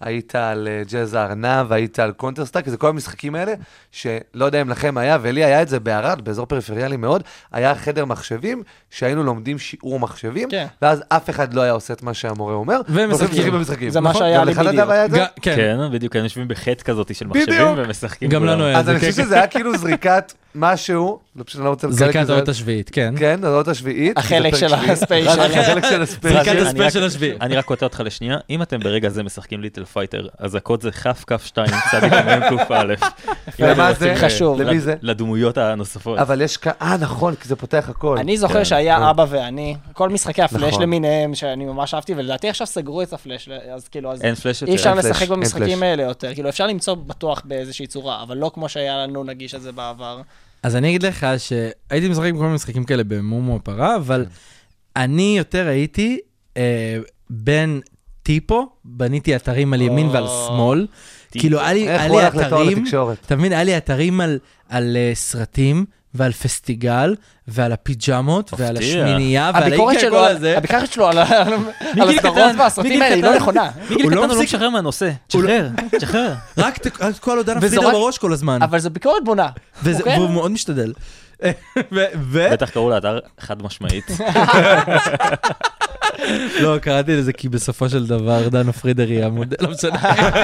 היית על ג'אז הארנב, היית על קונטרסטארק, זה כל המשחקים האלה, שלא יודע אם לכם היה, ולי היה את זה בערד, באזור פריפריאלי מאוד, היה חדר מחשבים, שהיינו לומדים שיעור מחשבים, ואז אף אחד לא היה עושה את מה שהמורה אומר, ומשחקים. זה מה שהיה לי בדיוק. כן, בדיוק, היינו יושבים בחט כזאת של מחשבים ומשחקים. גם לנו היה אז אני חושב שזה היה כאילו זריקת משהו, זריקת האות השביעית, כן. כן, האות השביעית. החלק של הספיישל. החלק של הספיישל. זריקת הספיישל השביעית. אני רק קוטע אותך לשנייה, אם אתם ברגע זה משחקים ליטל פייטר, אז הקוד זה חף כף שתיים, צדיק אמם קוף א'. למה זה? חשוב. למי זה? לדמויות הנוספות. אבל יש כ... אה, נכון, כי זה פותח הכל. אני זוכר שהיה אבא ואני, כל משחקי הפלאש למיניהם, שאני ממש אהבתי, ולדעתי עכשיו סגרו את הפלאש, אז כאילו, אי אפשר לשחק במשחקים האלה יותר, כאילו אפשר למצוא בטוח באיזושהי צורה, אבל לא כמו שהיה לנו נגיש את זה בעבר. אז אני אגיד לך שהייתי משחק עם כל מיני משחקים כאלה במומו הפרה, אבל אני יותר הייתי בין טיפו, בניתי אתרים על ימין ועל שמאל, כאילו היה לי אתרים, אתה מבין, היה לי אתרים על סרטים, ועל פסטיגל, ועל הפיג'מות, ועל השמינייה, ועל הכל הזה. הביקורת שלו על הסדרות והסרטים האלה היא לא נכונה. מגיל קטן הוא לא משחרר מהנושא. תשחרר, תשחרר. רק כל עוד פרידה בראש כל הזמן. אבל זו ביקורת בונה. והוא מאוד משתדל. בטח קראו לאתר חד משמעית. לא, קראתי לזה כי בסופו של דבר דנו פרידר יהיה המודל, לא משנה.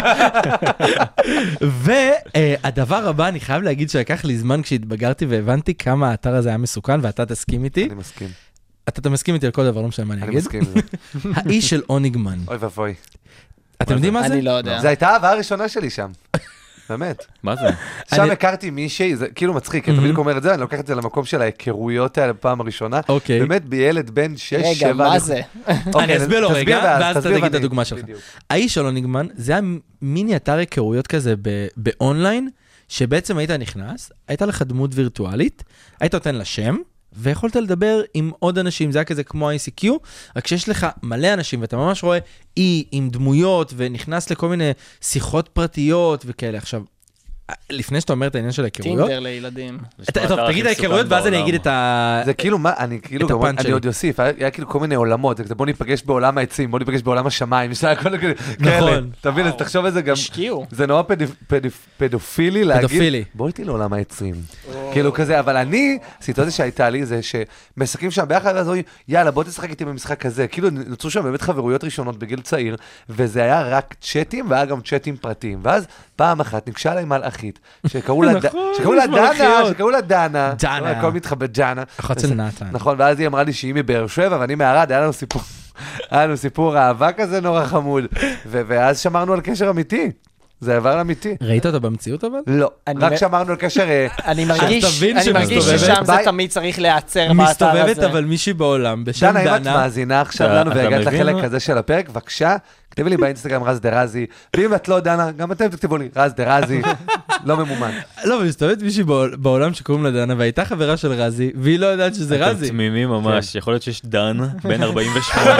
והדבר הבא, אני חייב להגיד שלקח לי זמן כשהתבגרתי והבנתי כמה האתר הזה היה מסוכן, ואתה תסכים איתי. אני מסכים. אתה מסכים איתי על כל דבר, לא משנה מה אני אגיד. אני מסכים לזה. האיש של אוניגמן. אוי ואבוי. אתם יודעים מה זה? אני לא יודע. זה הייתה האהבה הראשונה שלי שם. באמת. מה זה? שם הכרתי מישהי, זה כאילו מצחיק, כי תמיד אומר את זה, אני לוקח את זה למקום של ההיכרויות האלה בפעם הראשונה. אוקיי. באמת בילד בן שש, שבע... רגע, מה זה? אני אסביר לו רגע, ואז אתה תגיד את הדוגמה שלך. האיש של אוניגמן, זה היה מיני אתר היכרויות כזה באונליין, שבעצם היית נכנס, הייתה לך דמות וירטואלית, היית נותן לה שם, ויכולת לדבר עם עוד אנשים, זה היה כזה כמו איי סי קיו, רק שיש לך מלא אנשים, ואתה ממש רואה אי עם דמויות, ונכנס לכל מיני שיחות פרטיות וכאלה. עכשיו, לפני שאתה אומר את העניין של ההיכרויות... טינדר לילדים. טוב, תגיד ההיכרויות, ואז אני אגיד את ה... זה כאילו, מה, אני כאילו, אני עוד יוסיף, היה כאילו כל מיני עולמות, זה בוא ניפגש בעולם העצים, בוא ניפגש בעולם השמיים, יש לה כל מיני כאלה. תבין, אז תחשוב את זה גם... השקיעו. זה נורא פדופילי להגיד, בוא איתי לעולם העצים. כאילו כזה, אבל אני, הסיטואציה שהייתה לי זה שמשחקים שם ביחד, אז אומרים, יאללה, בוא תשחק איתי במשחק כזה. כאילו נוצרו שם באמת חברויות ראשונות בגיל צעיר, וזה היה רק צ'אטים, והיה גם צ'אטים פרטיים. ואז פעם אחת ניגשה להם מלאכית, שקראו לה דנה, שקראו לה דנה. דנה. הכל מתחבא דנה. אחות של נתן. נכון, ואז היא אמרה לי שהיא מבאר שבע, ואני מערד, היה לנו סיפור, היה לנו סיפור אהבה כזה נורא חמוד. ואז שמרנו על קשר אמיתי. זה עבר אמיתי. ראית אותו במציאות אבל? לא, רק שמרנו על קשר... אני מרגיש ששם זה תמיד צריך להיעצר באתר הזה. מסתובבת אבל מישהי בעולם, בשם דנה. דנה, אם את מאזינה עכשיו לנו והגעת לחלק הזה של הפרק, בבקשה, כתבי לי באינסטגרם רז דרזי, ואם את לא דנה, גם אתם תכתבו לי, רז דרזי, לא ממומן. לא, אבל מסתובבת מישהי בעולם שקוראים לה דנה, והייתה חברה של רזי, והיא לא יודעת שזה רזי. אתם תמימים ממש, יכול להיות שיש דן בין ארבעים ושמונה.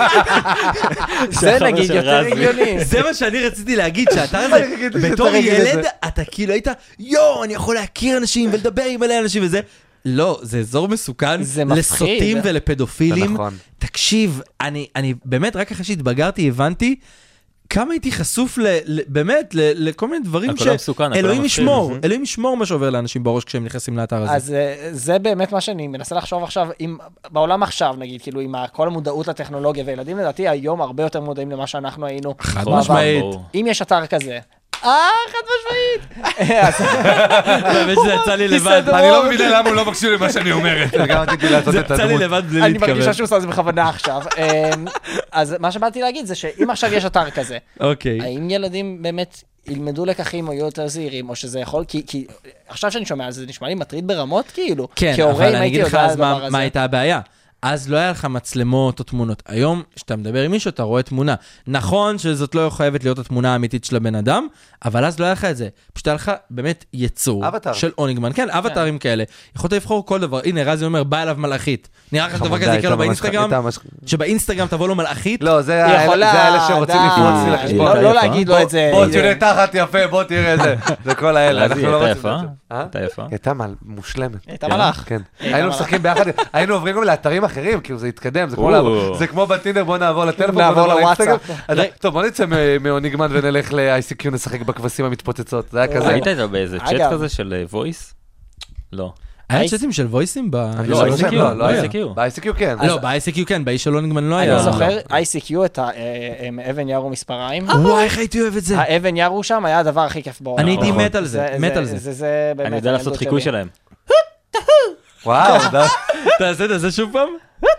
זה נגיד יותר הגיוני. זה מה שאני רציתי להגיד, שהאתר הזה, בתור ילד, אתה כאילו היית, יו, אני יכול להכיר אנשים ולדבר עם מלא אנשים וזה. לא, זה אזור מסוכן, לסוטים ולפדופילים. תקשיב, אני, אני באמת, רק אחרי שהתבגרתי, הבנתי כמה הייתי חשוף באמת לכל מיני דברים שאלוהים ישמור, אלוהים ישמור מה שעובר לאנשים בראש כשהם נכנסים לאתר הזה. אז זה באמת מה שאני מנסה לחשוב עכשיו, בעולם עכשיו נגיד, כאילו עם כל המודעות לטכנולוגיה, וילדים לדעתי היום הרבה יותר מודעים למה שאנחנו היינו. חד משמעית. אם יש אתר כזה, אה, חד משמעית. באמת שזה יצא לי לבד. אני לא מבין למה הוא לא מקשיב למה שאני אומרת. גם רציתי לעשות את הדמות. זה יצא לי לבד בלי להתכוון. אני מרגישה שהוא עושה את זה בכוונה עכשיו. אז מה שבאתי להגיד זה שאם עכשיו יש אתר כזה, האם ילדים באמת ילמדו לקחים או יהיו יותר זהירים, או שזה יכול, כי עכשיו שאני שומע על זה, זה נשמע לי מטריד ברמות כאילו. כן, אבל אני אגיד לך אז מה הייתה הבעיה. אז לא היה לך מצלמות או תמונות. היום, כשאתה מדבר עם מישהו, אתה רואה תמונה. נכון שזאת לא חייבת להיות התמונה האמיתית של הבן אדם, אבל אז לא היה לך את זה. פשוט היה לך באמת יצור אבטר. של אוניגמן. כן, אבטרים כאלה. יכולת לבחור כל דבר. הנה, רזי אומר, בא אליו מלאכית. נראה לך דבר כזה יקרה לו באינסטגרם? שבאינסטגרם תבוא לו מלאכית? לא, זה האלה שרוצים לפרוץ לי לחשבון. לא להגיד לו את זה. בוא תראה תחת יפה, בוא תראה את זה. זה כל האלה. רזי, הייתה יפה? הייתה יפה? הייתה מושלמת. הייתה מלאך. היינו משחקים ביחד, היינו עוברים גם לאתרים אחרים, כאילו זה יתקדם, זה כמו בטינדר, בוא נעבור לטלפון, נעבור לוואטסאפ. טוב, בוא נצא מאוניגמן ונלך ל-איי סי קיו, נשחק בכבשים המתפוצצות, זה היה כזה. היית באיזה צ'אט כזה של וויס? לא. היה צ'אטים של וויסים? לא, איי סי קיו, לא איי סי קיו. ב-איי סי קיו כן. לא, ב-איי סי קיו כן, באיש של אונגמן לא היה. אני זוכר, איי סי קיו, את האבן ירו מספריים. וואי, איך הייתי אוהב את זה. האבן ירו שם היה הדבר הכי כיף בעולם. אני הייתי מת על זה, מת על זה. אני יודע לעשות חיקוי שלהם. וואו, תעשה, תעשה שוב פעם.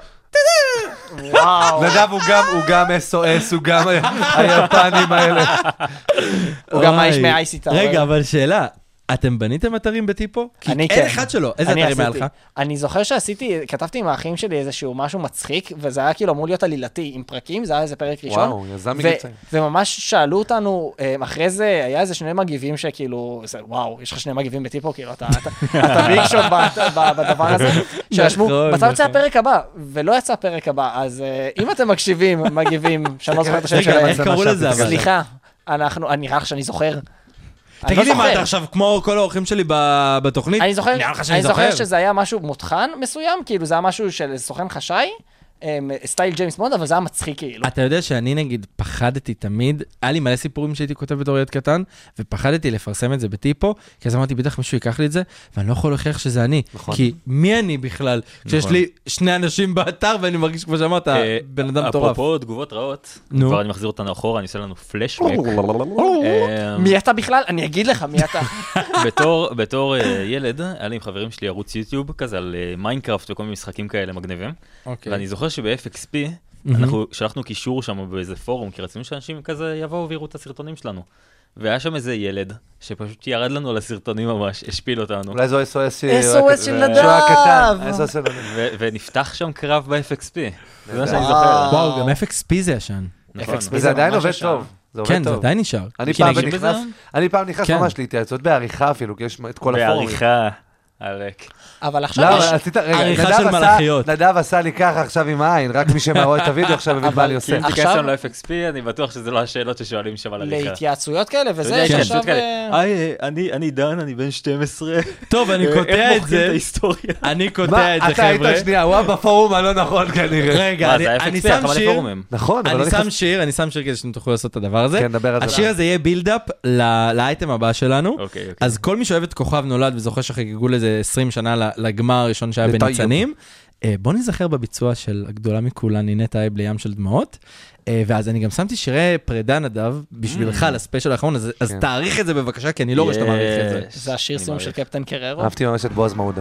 וואו. נדב הוא גם אס או אס, הוא גם היפנים האלה. הוא גם האיש מ-איי סי טאוור. רגע, אבל שאלה. אתם בניתם אתרים בטיפו? אני כן. אין אחד שלו. איזה אתרים היה לך? אני זוכר שעשיתי, כתבתי עם האחים שלי איזשהו משהו מצחיק, וזה היה כאילו אמור להיות עלילתי עם פרקים, זה היה איזה פרק ראשון. וואו, יזם מגיצים. וממש שאלו אותנו, אחרי זה היה איזה שני מגיבים שכאילו, וואו, יש לך שני מגיבים בטיפו, כאילו, אתה ביג שוט בדבר הזה, שישמו, מתי יצא הפרק הבא? ולא יצא הפרק הבא, אז אם אתם מקשיבים, מגיבים, שאני לא זוכר את השם שלהם. איך קראו לזה? סליחה, אנחנו, אני נראה לך שאני זוכר. תגיד לי מה, אתה עכשיו כמו כל האורחים שלי בתוכנית? אני זוכר, אני זוכר שזה היה משהו מותחן מסוים, כאילו זה היה משהו של סוכן חשאי, סטייל ג'יימס בונד, אבל זה היה מצחיק כאילו. אתה יודע שאני נגיד פחדתי תמיד, היה לי מלא סיפורים שהייתי כותב בתור ילד קטן, ופחדתי לפרסם את זה בטיפו, כי אז אמרתי, בטח מישהו ייקח לי את זה, ואני לא יכול להוכיח שזה אני. כי מי אני בכלל? כשיש לי שני אנשים באתר, ואני מרגיש כמו שאמרת, בן אדם מטורף. אפרופו תגובות רעות, כבר אני מחזיר אותנו אחורה, אני עושה לנו פלשבק. מי אתה בכלל? אני אגיד לך מי אתה. בתור ילד, היה לי עם חברים שלי ערוץ יוטיוב כזה על מיינקראפט וכל מיני משחקים כאלה מגניבים. ואני זוכר שב-אף אקס פי אנחנו שלחנו קישור שם באיזה פורום, כי רצינו שאנשים כזה יבואו ויראו את הסרטונים שלנו. והיה שם איזה ילד שפשוט ירד לנו על הסרטונים ממש, השפיל אותנו. אולי זו אס או אס אס או אס של נדב. ונפתח שם קרב ב-אף אקס פי. זה מה שאני זוכר. וואו, גם אף אקס פי זה ישן. וזה עדיין עובד טוב. כן, זה עדיין נשאר. אני פעם נכנס ממש להתייעצות בעריכה אפילו, כי יש את כל הפורומים. בעריכה. עלק. אבל עכשיו יש... עריכה של מלאכיות. נדב עשה לי ככה עכשיו עם העין, רק מי שרואה את הוידאו עכשיו מבין מה אני עושה. אם תיכנס שם ל-אף אקס פי, אני בטוח שזה לא השאלות ששואלים שם על עריכה. להתייעצויות כאלה, וזה יש עכשיו... היי, אני דן, אני בן שתים עשרה. טוב, אני קוטע את זה. אני קוטע את זה, חבר'ה. אתה היית שנייה, הוא היה בפורום הלא נכון כנראה. רגע, אני שם שיר. נכון, אבל אני שם שיר, אני שם שיר כדי שאתם תוכלו לעשות את הדבר הזה. השיר הזה יהיה בילדאפ לאייטם הבא שלנו. אז כל מי שאוהב את כוכב נולד וזוכר שחגגו לזה עשרים שנה לגמר הראשון שהיה בניצנים. בוא נזכר בביצוע של הגדולה מכולה, נינת אייב לים של דמעות. ואז אני גם שמתי שירי פרידה נדב בשבילך לספיישל האחרון, אז תאריך את זה בבקשה, כי אני לא רואה שאתה מעריך את זה. זה השיר סיום של קפטן קררו. אהבתי ממש את בועז מעודה.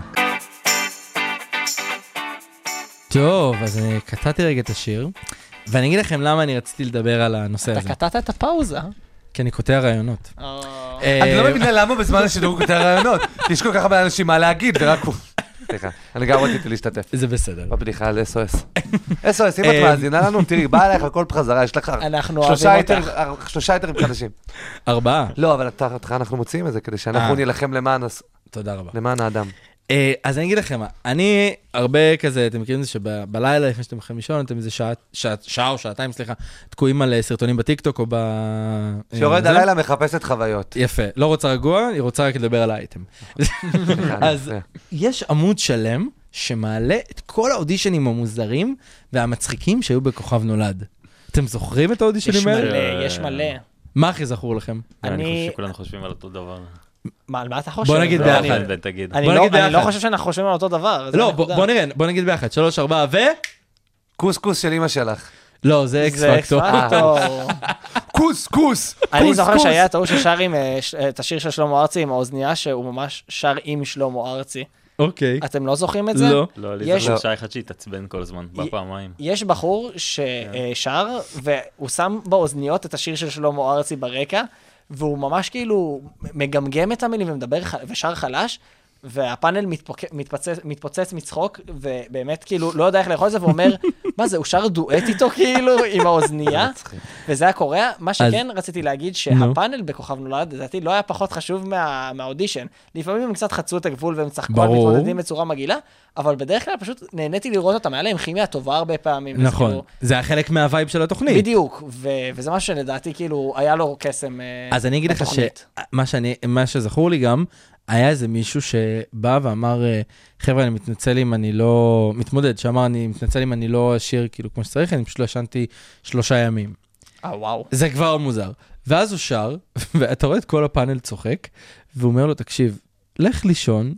טוב, אז אני קטעתי רגע את השיר, ואני אגיד לכם למה אני רציתי לדבר על הנושא הזה. אתה קטעת את הפאוזה. כי אני קוטע רעיונות. אני לא מבינה למה בזמן השידור הוא קוטע רעיונות. יש כל כך הרבה אנשים מה להגיד, ורק הוא... סליחה, אני גם רציתי להשתתף. זה בסדר. בבדיחה על אס או אס. אס או אס, אם את מאזינה לנו, תראי, באה אליך כל בחזרה, יש לך שלושה יתרים חדשים. ארבעה. לא, אבל אותך אנחנו מוציאים את זה, כדי שאנחנו נלחם למען תודה רבה. למען האדם. אז אני אגיד לכם מה, אני הרבה כזה, אתם מכירים את זה שבלילה לפני שאתם הולכים לישון, אתם איזה שעה או שעתיים, סליחה, תקועים על סרטונים בטיקטוק או ב... שיורד הלילה מחפשת חוויות. יפה, לא רוצה רגוע, היא רוצה רק לדבר על האייטם. אז יש עמוד שלם שמעלה את כל האודישנים המוזרים והמצחיקים שהיו בכוכב נולד. אתם זוכרים את האודישנים האלה? יש מלא, יש מלא. מה הכי זכור לכם? אני חושב שכולנו חושבים על אותו דבר. מה, על מה אתה חושב? בוא נגיד ביחד. אני לא חושב שאנחנו חושבים על אותו דבר. לא, בוא נראה, בוא נגיד ביחד. שלוש, ארבע, ו... קוס קוס של אמא שלך. לא, זה אקס פקטור. קוס קוס. אני זוכר שהיה את ההוא ששר עם את השיר של שלמה ארצי עם האוזנייה, שהוא ממש שר עם שלמה ארצי. אוקיי. אתם לא זוכרים את זה? לא. לא, לי זוכר שעה אחד שהתעצבן כל הזמן, בפעמיים. יש בחור ששר, והוא שם באוזניות את השיר של שלמה ארצי ברקע, והוא ממש כאילו מגמגם את המילים ומדבר ושר חלש, והפאנל מתפוצץ, מתפוצץ מצחוק, ובאמת כאילו לא יודע איך לאכול את זה, ואומר, מה זה, הוא שר דואט איתו כאילו עם האוזנייה, וזה היה קורא. מה שכן רציתי להגיד שהפאנל בכוכב נולד, לדעתי לא היה פחות חשוב מהאודישן. לפעמים הם קצת חצו את הגבול והם צחקו על מתמודדים בצורה מגעילה, אבל בדרך כלל פשוט נהניתי לראות אותם, היה להם כימיה טובה הרבה פעמים. נכון, זה היה חלק מהווייב של התוכנית. בדיוק, וזה משהו שלדעתי כאילו היה לו קסם בתוכנית. אז אני אגיד לך שמה שזכור לי גם, היה איזה מישהו שבא ואמר, חבר'ה, אני מתנצל אם אני לא, מתמודד, שאמר, אני מתנצל אם אני לא אשיר כאילו כמו שצריך, אני פשוט לא ישנתי שלושה ימים. אה, וואו. זה כבר מוזר. ואז הוא שר, ואתה רואה את כל הפאנל צוחק, והוא אומר לו, תקשיב, לך לישון.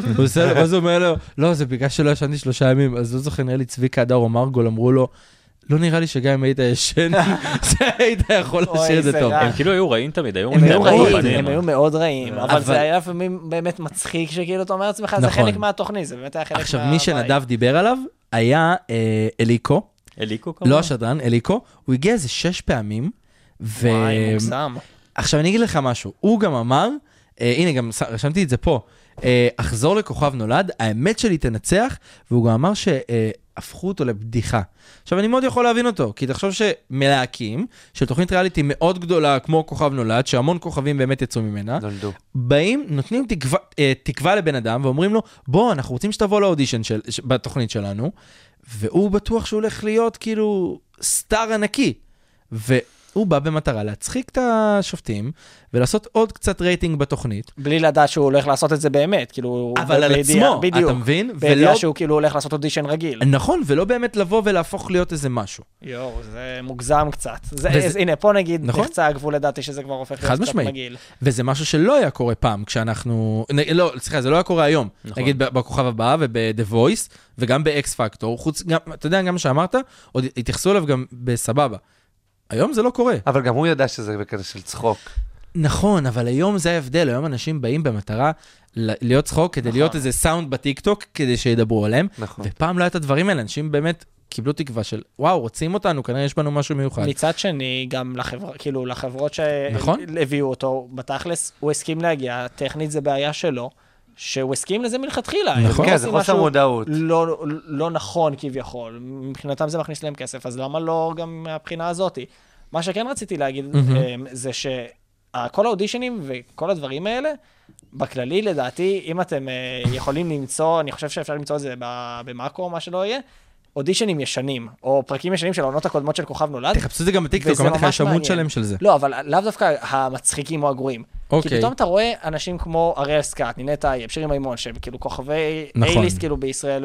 ואז הוא אומר לו, לא, זה בגלל שלא ישנתי שלושה ימים, אז לא זוכר, נראה לי צביקה הדר או מרגול, אמרו לו, לא נראה לי שגם אם היית ישן, היית יכול לשיר את זה טוב. הם כאילו היו רעים תמיד, היו הם היו רעים, הם היו מאוד רעים, אבל זה היה לפעמים באמת מצחיק שכאילו אתה אומר לעצמך, זה חלק מהתוכנית, זה באמת היה חלק עכשיו, מהבית. מי שנדב דיבר עליו, היה אליקו, אליקו כמובן? לא השדרן, אליקו, הוא הגיע איזה שש פעמים, ו... וואי, מוקסם. עכשיו אני אגיד לך משהו, הוא גם אמר, הנה גם רשמתי את זה פה, אחזור לכוכב נולד, האמת שלי תנצח, והוא גם אמר שהפכו אותו לבדיחה. עכשיו אני מאוד יכול להבין אותו, כי תחשוב שמלהקים, של תוכנית ריאליטי מאוד גדולה, כמו כוכב נולד, שהמון כוכבים באמת יצאו ממנה, נולדו. באים, נותנים תקווה, תקווה לבן אדם, ואומרים לו, בוא, אנחנו רוצים שתבוא לאודישן של, בתוכנית שלנו, והוא בטוח שהוא הולך להיות כאילו סטאר ענקי, ו... הוא בא במטרה להצחיק את השופטים, ולעשות עוד קצת רייטינג בתוכנית. בלי לדעת שהוא הולך לעשות את זה באמת, כאילו... אבל על עצמו, אתה מבין? בידיעה שהוא כאילו הולך לעשות אודישן רגיל. נכון, ולא באמת לבוא ולהפוך להיות איזה משהו. יואו, זה מוגזם קצת. הנה, פה נגיד, נחצה הגבול לדעתי שזה כבר הופך להיות קצת מגעיל. וזה משהו שלא היה קורה פעם, כשאנחנו... לא, סליחה, זה לא היה קורה היום. נגיד בכוכב הבא וב-The Voice, וגם ב-X Factor, חוץ, אתה יודע, גם שאמרת, עוד התייחסו אליו גם בסבבה. היום זה לא קורה. אבל גם הוא ידע שזה בקטע של צחוק. נכון, אבל היום זה ההבדל. היום אנשים באים במטרה להיות צחוק, כדי להיות איזה סאונד בטיקטוק, כדי שידברו עליהם. ופעם לא היה את הדברים האלה. אנשים באמת קיבלו תקווה של, וואו, רוצים אותנו, כנראה יש בנו משהו מיוחד. מצד שני, גם כאילו לחברות שהביאו אותו, בתכלס, הוא הסכים להגיע. טכנית זה בעיה שלו. שהוא הסכים לזה מלכתחילה. נכון. כן, זה חוסר מודעות. לא, לא נכון כביכול. מבחינתם זה מכניס להם כסף, אז למה לא גם מהבחינה הזאת? מה שכן רציתי להגיד, זה שכל האודישנים וכל הדברים האלה, בכללי, לדעתי, אם אתם יכולים למצוא, אני חושב שאפשר למצוא את זה במאקו או מה שלא יהיה, אודישנים ישנים, או פרקים ישנים של העונות הקודמות של כוכב נולד. תחפשו את זה גם בטיקטוק, אמרתי לך, יש עמוד שלם של זה. לא, אבל לאו דווקא המצחיקים או הגרועים. כי פתאום אתה רואה אנשים כמו אריאל סקאט, נינת טייב, שירי מימון, שהם כאילו כוכבי A-ליסט כאילו בישראל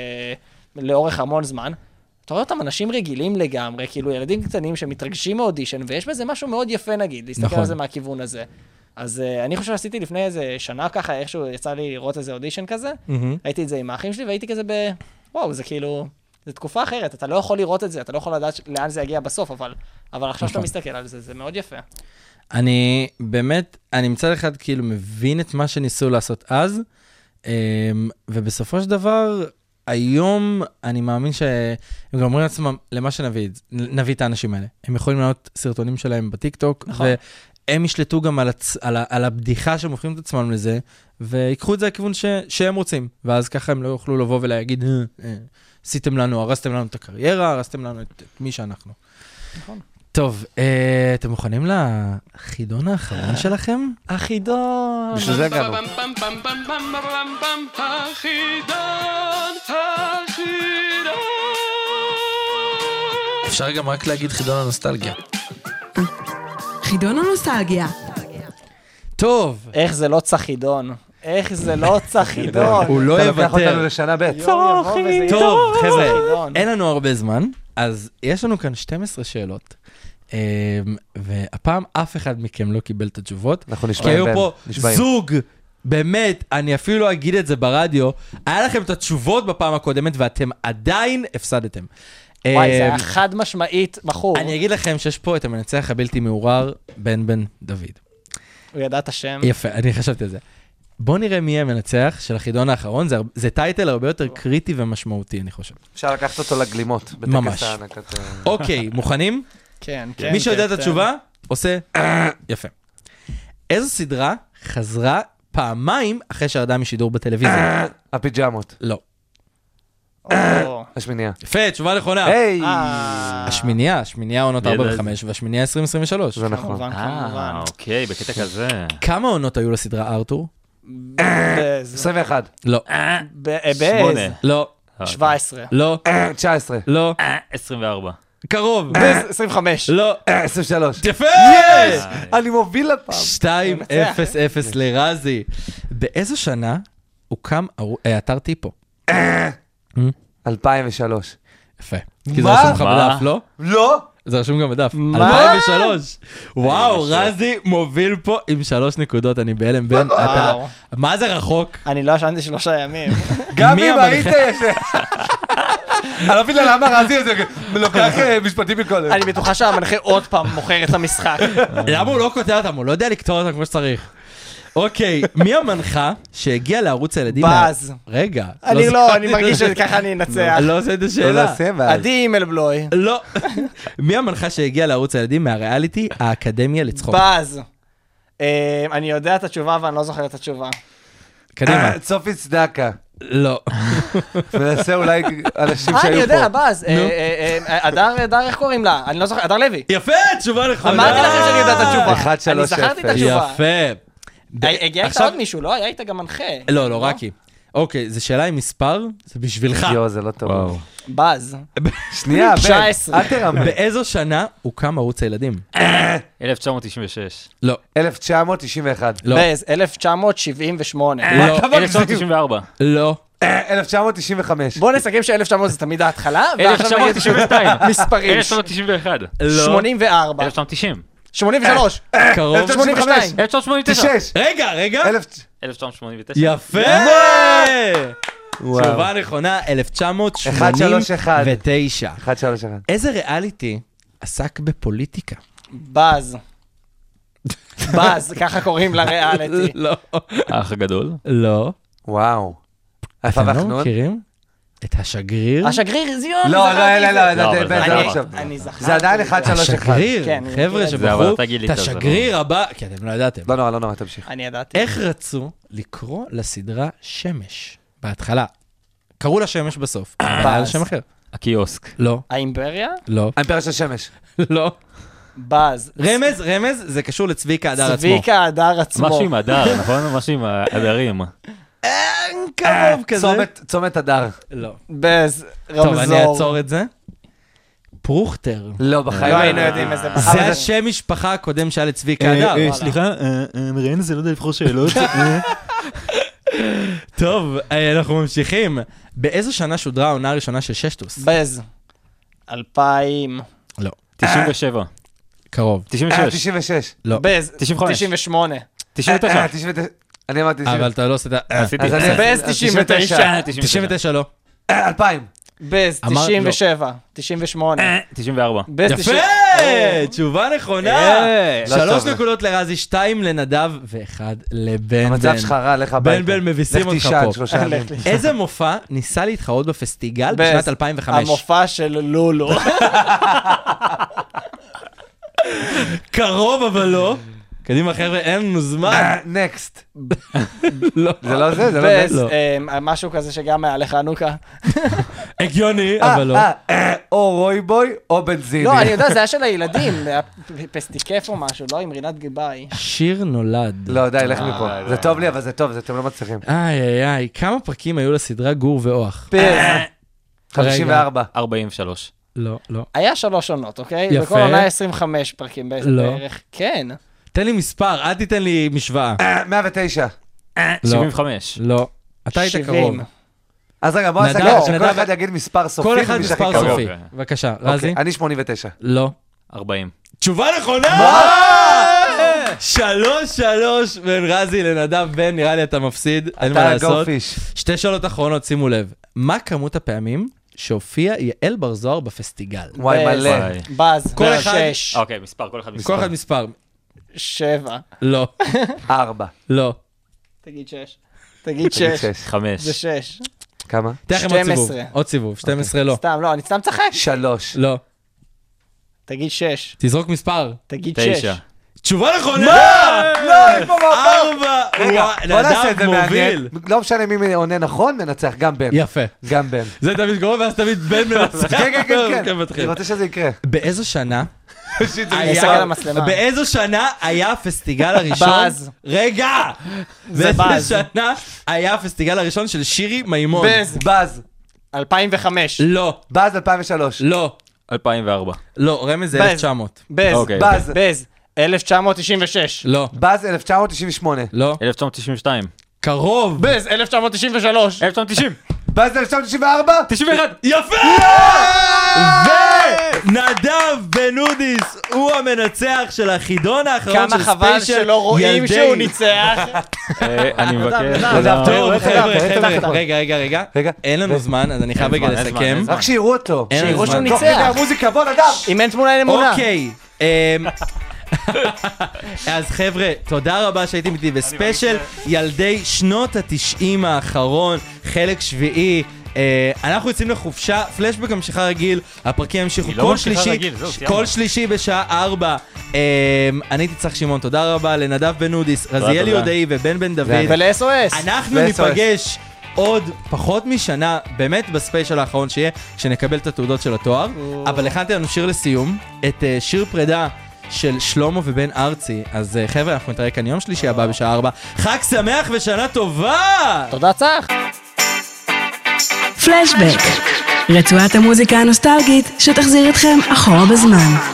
לאורך המון זמן. אתה רואה אותם אנשים רגילים לגמרי, כאילו ילדים קטנים שמתרגשים מאודישן, ויש בזה משהו מאוד יפה נגיד, להסתכל על זה מהכיוון הזה. אז אני חושב שעשיתי לפני איזה שנה ככה, איכשהו יצא לי לראות איזה אודישן כזה, הייתי את זה עם האחים שלי, והייתי כזה ב... וואו, זה כאילו... זו תקופה אחרת, אתה לא יכול לראות את זה, אתה לא יכול לדעת לאן זה יגיע בסוף, אבל, אבל עכשיו שאתה מסתכל על זה, זה מאוד יפה. אני באמת, אני מצד אחד כאילו מבין את מה שניסו לעשות אז, ובסופו של דבר, היום אני מאמין שהם גם אומרים לעצמם, למה שנביא, נביא את האנשים האלה. הם יכולים לראות סרטונים שלהם בטיקטוק, והם ישלטו גם על, הצ... על, ה... על הבדיחה שהם הופכים את עצמם לזה, ויקחו את זה לכיוון ש... שהם רוצים, ואז ככה הם לא יוכלו לבוא ולהגיד, אה, אה. עשיתם לנו, הרסתם לנו את הקריירה, הרסתם לנו את, את מי שאנחנו. נכון. טוב, אה, אתם מוכנים לחידון האחרון שלכם? החידון! בשביל זה הגענו. החידון, החידון. אפשר גם רק להגיד חידון הנוסטלגיה. חידון הנוסטלגיה. טוב. איך זה לא צחידון? איך זה לא צחידון? הוא לא יוותר. אתה לוקח אותנו יוותר. לשנה ב'. צחידון. טוב, חבר'ה, אין לנו הרבה זמן, אז יש לנו כאן שתים עשרה שאלות, והפעם אף אחד מכם לא קיבל את התשובות. אנחנו כי נשמעים היו בן. פה נשמעים. זוג, באמת, אני אפילו לא אגיד את זה ברדיו, היה לכם את התשובות בפעם הקודמת, ואתם עדיין הפסדתם. וואי, זה היה חד משמעית בחור. אני אגיד לכם שיש פה את המנצח הבלתי מעורר, בן בן דוד. הוא ידע את השם. יפה, אני חשבתי על זה. בוא נראה מי המנצח של החידון האחרון, זה, זה טייטל הרבה יותר קריטי ומשמעותי, אני חושב. אפשר לקחת אותו לגלימות. ממש. הענקת... אוקיי, מוכנים? כן, כן. מי שיודע את כן. התשובה, עושה יפה. איזו סדרה חזרה פעמיים אחרי שירדה משידור בטלוויזיה? הפיג'מות. לא. או. השמינייה. יפה, תשובה נכונה. היי! אה, השמינייה, השמינייה עונות ארבע וחמש, והשמינייה עשרים עשרים ושלוש. זה נכון. כמובן, כמובן. אה, אוקיי, בקטע כזה. כמה עונות היו לסדרה ארתור? באיזה- עשרים ואחת. לא. ב- שמונה. באיזה? לא. שבע עשרה. לא. תשע עשרה. לא. אה, עשרים וארבע. קרוב. עשרים וחמש. לא. עשרים ושלוש. יפה! אני מוביל הפעם. שתיים אפס אפס לרזי. באיזו שנה הוקם אתר טיפו? אלפיים ושלוש. יפה. כי זה רשום לך מה? בדף, לא? לא? זה רשום גם בדף. מה? אלפיים ושלוש. וואו, רזי מוביל פה עם שלוש נקודות, אני בהלם בן. אתה- וואו. מה זה רחוק? אני לא ישנתי שלושה ימים. גם מי אם המנחה? היית ישן. אני לא מבין למה רזי הזה לוקח אה, משפטים מקודם. אני בטוחה שהמנחה עוד פעם מוכר את המשחק. למה הוא לא כותב אותם? הוא לא יודע לקטור אותם כמו שצריך. אוקיי, מי המנחה שהגיע לערוץ הילדים? בז. רגע. אני לא, זכרתי אני את מרגיש זה. שככה אני אנצח. אני לא עושה את לא השאלה. נעשה, ואז. עדי מלבלוי. לא. מי המנחה שהגיע לערוץ הילדים מהריאליטי, האקדמיה לצחוק? בז. אה, אני יודע את התשובה ואני לא זוכר את התשובה. קדימה. אה, צופי צדקה. לא. ונעשה אולי אנשים אה, אני שהיו יודע, פה. בז. אה, אה, אה, הדר, הדר, איך קוראים לה? אני לא זוכר, הדר לוי. יפה, תשובה נכונה. אמרתי לכם שאני יודע את התשובה. אחד, שלוש, אני זכרתי את אפס. התשובה. יפה. ב- הגיע איתה עכשיו- עוד מישהו, לא? היה איתה גם מנחה. לא, לא, רקי. אוקיי, זו שאלה עם מספר, זה בשבילך. יואו, זה לא טוב. וואו. בז. שנייה, בן. תשע עשרה. אל תרמה. באיזו שנה הוקם ערוץ הילדים? אלף תשע מאות תשעים ושש. לא. אלף תשע מאות תשעים ואחת. לא. בז, אלף תשע מאות שבעים ושמונה. לא. אלף תשע מאות תשעים וארבע. לא. אלף תשע מאות תשעים וחמש. בוא נסכם ש-אלף תשע מאות זה תמיד ההתחלה, אלף ועכשיו תשע מאות תשעים ושתיים. נגיד מספרים. אלף תשע מאות תשעים ואחת. לא. שמונים וארבע. אלף תשע מאות תשעים. שמונים ושלוש. קרוב. שמונים ושתיים. אלף תשע מאות שמונים ותשע. תשש. רגע, רגע. אלף... אלף תשע מאות שמונים ותשע. יפה! וואו. תשובה נכונה, אלף תשע מאות אחד, שמונים שלוש, אחד. ותשע. אחד, שלוש, אחד. איזה ריאליטי עסק בפוליטיקה? בז. בז, ככה קוראים לריאליטי. לא. האח הגדול. לא. וואו. איפה אתם לא והחנון? מכירים? את השגריר? השגריר זיון. לא, לא, זכרתי לא, את לא, זה. זה- לא, זה- אבל זה זה לא אני- עכשיו. אני זכרתי. זה עדיין אחד, שלוש, אחד. השגריר, כן, אני חבר'ה מכיר את זה. זה, אבל שבחרו אתה גיל לי את את זה, השגריר הבא, כי אתם לא ידעתם. לא נורא, לא נורא, תמשיך. אני ידעתי. איך רצו לקרוא לסדרה שמש בהתחלה? קראו לה שמש בסוף, אבל היה לה שם אחר. הקיוסק. לא, האימפריה? לא, האימפריה של שמש. לא. בז. רמז, רמז, זה קשור לצביקה הדר עצמו. צביקה הדר עצמו. משהו עם הדר, נכון? משהו עם ההדרים. קרוב כזה. צומת- צומת הדר. לא. בז. טוב, אני רמזור. אעצור את זה. פרוכטר. לא, בחיים. לא היינו יודעים איזה זה בחר. השם משפחה הקודם שהיה לצביקה הדר. סליחה, מראיין זה לא יודע לבחור שאלות. טוב, אה, אנחנו ממשיכים. באיזו שנה שודרה העונה הראשונה של ששטוס? בז. אלפיים. לא. תשעים ושבע. קרוב. תשעים אה, ושש. תשעים ושש. לא. בז. תשעים וחמש. תשעים ושמונה. תשעים אה, ותשע. תשעים ותשע. אני אמרתי תשעים. אבל אתה לא עושה את ה... עשיתי. אז אני- בז אז תשעים ותשע. תשעים ותשע לא. אה, אלפיים. בז אמר- תשעים ושבע. תשעים ושמונה. תשעים וארבע. בז יפה! תשעים- תשובה נכונה! אה, לא שלוש טוב. נקודות לרזי, שתיים לנדב ואחד לבן בן. המצב שלך רע, לך הביתה. בן בן מביסים לך אותך תישן פה. שלושה ימים. לך לי. איזה מופע ניסה להתחרות בפסטיגל בז. בשנת אלפיים וחמש? המופע של לולו. קרוב אבל לא. קדימה חבר'ה, אין לנו זמן. נקסט. לא. זה לא זה? זה לא בז, זה? לא. אה, משהו כזה שגם היה לחנוכה. הגיוני, אה, אבל לא. אה, אה, או רוי-בוי או בנזיני. לא, אני יודע, זה היה של הילדים. זה היה פ- פסטיקף או משהו, לא? עם רינת גיבאי. שיר נולד. לא, די, לך אה, מפה. די, זה די. טוב לי, אבל זה טוב, זה אתם לא מצליחים. איי איי איי, כמה פרקים היו לסדרה גור ואוח? בז. חמישים וארבע. ארבעים ושלוש. לא, לא. היה שלוש עונות, אוקיי? יפה. בכל עונה עשרים וחמש פרקים בערך. לא. בערך. כן. תן לי מספר, אל תיתן לי משוואה. אה, מאה ותשע. שבעים וחמש. לא. אתה היית שבעים. קרוב. אז רגע, בוא נעשה נדב, ככה, שכל נדב- אחד יגיד מספר סופי. כל אחד ומי שהכי מספר קרוב. סופי. אוקיי. בבקשה, אוקיי, רזי? אני שמונים ותשע. לא. ארבעים. תשובה נכונה! שלוש שלוש בין רזי לנדב בן, נראה לי אתה מפסיד, אין מה אתה לעשות. גופיש. שתי שאלות אחרונות, שימו לב. מה כמות הפעמים שהופיע יעל בר זוהר בפסטיגל? וואי, בז. מלא. וואי. בז. כל אחד- שש. אוקיי, מספר, כל אחד כל מספר. אחד מספר. שבע. לא. ארבע. לא. תגיד שש. תגיד תגיד שש. שש. חמש. זה שש. כמה? תן לכם עוד שתים סיבוב. עשרה. עוד סיבוב. שתים עשרה לא. סתם, לא, אני סתם צחק. שלוש. לא. תגיד שש. תזרוק מספר. תגיד שש. תשע. תשובה נכונה! לא, יש פה מהפך. ארבע! רגע, וואי, בוא נעשה את נדב זה מעניין. מוביל. לא משנה מי עונה נכון, מנצח. גם בן. יפה. גם בן. זה תמיד קורה, ואז תמיד בן מנצח. כן, כן, כן, כן. אני מתחיל. רוצה שזה יקרה. באיזו שנה אני אסתכל על המצלמה. באיזו שנה היה הפסטיגל הראשון? בז. רגע! זה באיזו בז. שנה היה הפסטיגל הראשון של שירי מימון? בז. בז. אלפיים וחמש. לא, בז אלפיים ושלוש. לא, אלפיים וארבע. לא, רמז זה בז. אלף תשע מאות. בז. אוקיי. בז. בז. אלף תשע מאות תשעים ושש. לא, בז אלף תשע מאות תשעים ושמונה. לא, אלף תשע מאות תשעים ושתיים. קרוב. בז, אלף תשע מאות תשעים ושלוש. אלף תשע מאות תשעים. באז אלף תשע מאות תשעים וארבע? תשעים ואחת. יפה! ונדב בן אודיס הוא המנצח של החידון האחרון של ספיישל כמה חבל שלא רואים שהוא ניצח. אני מבקש. טוב, חבר'ה, חבר'ה, תחת. רגע, רגע, רגע. רגע. אין לנו זמן, אז אני חייב אין רגע זמן, אין זמן, לסכם. אין זמן. רק שיראו אותו. אין לנו שיראו שהוא זמן. ניצח. תוך כדי המוזיקה, בוא נדב. אם אין תמונה אין אמונה. אוקיי. אמ, אז חבר'ה, תודה רבה שהייתם איתי בספיישל ילדי שנות התשעים האחרון, חלק שביעי. אה, אנחנו יוצאים לחופשה, פלשבק ממשיכה רגיל, הפרקים ימשיכו היא לא כל ממשיכה שלישי, רגיל, זהו, סיימנו. כל שלישי בשעה ארבע. אה, אני הייתי צח שמעון, תודה רבה לנדב בן אודיס, רזיאל תודה. יהודאי ובן בן דוד. ול-אס או אס. אנחנו ו-אס או אס. ניפגש עוד פחות משנה, באמת בספיישל האחרון שיהיה, כשנקבל את התעודות של התואר, אבל הכנתי לנו שיר לסיום, את אה, שיר פרידה של שלמה ובן ארצי. אז אה, חבר'ה, אנחנו נתראה כאן יום שלישי הבא בשעה ארבע. חג שמח ושנה טובה! תודה צח. פלשבק, רצועת המוזיקה הנוסטלגית שתחזיר אתכם אחורה בזמן.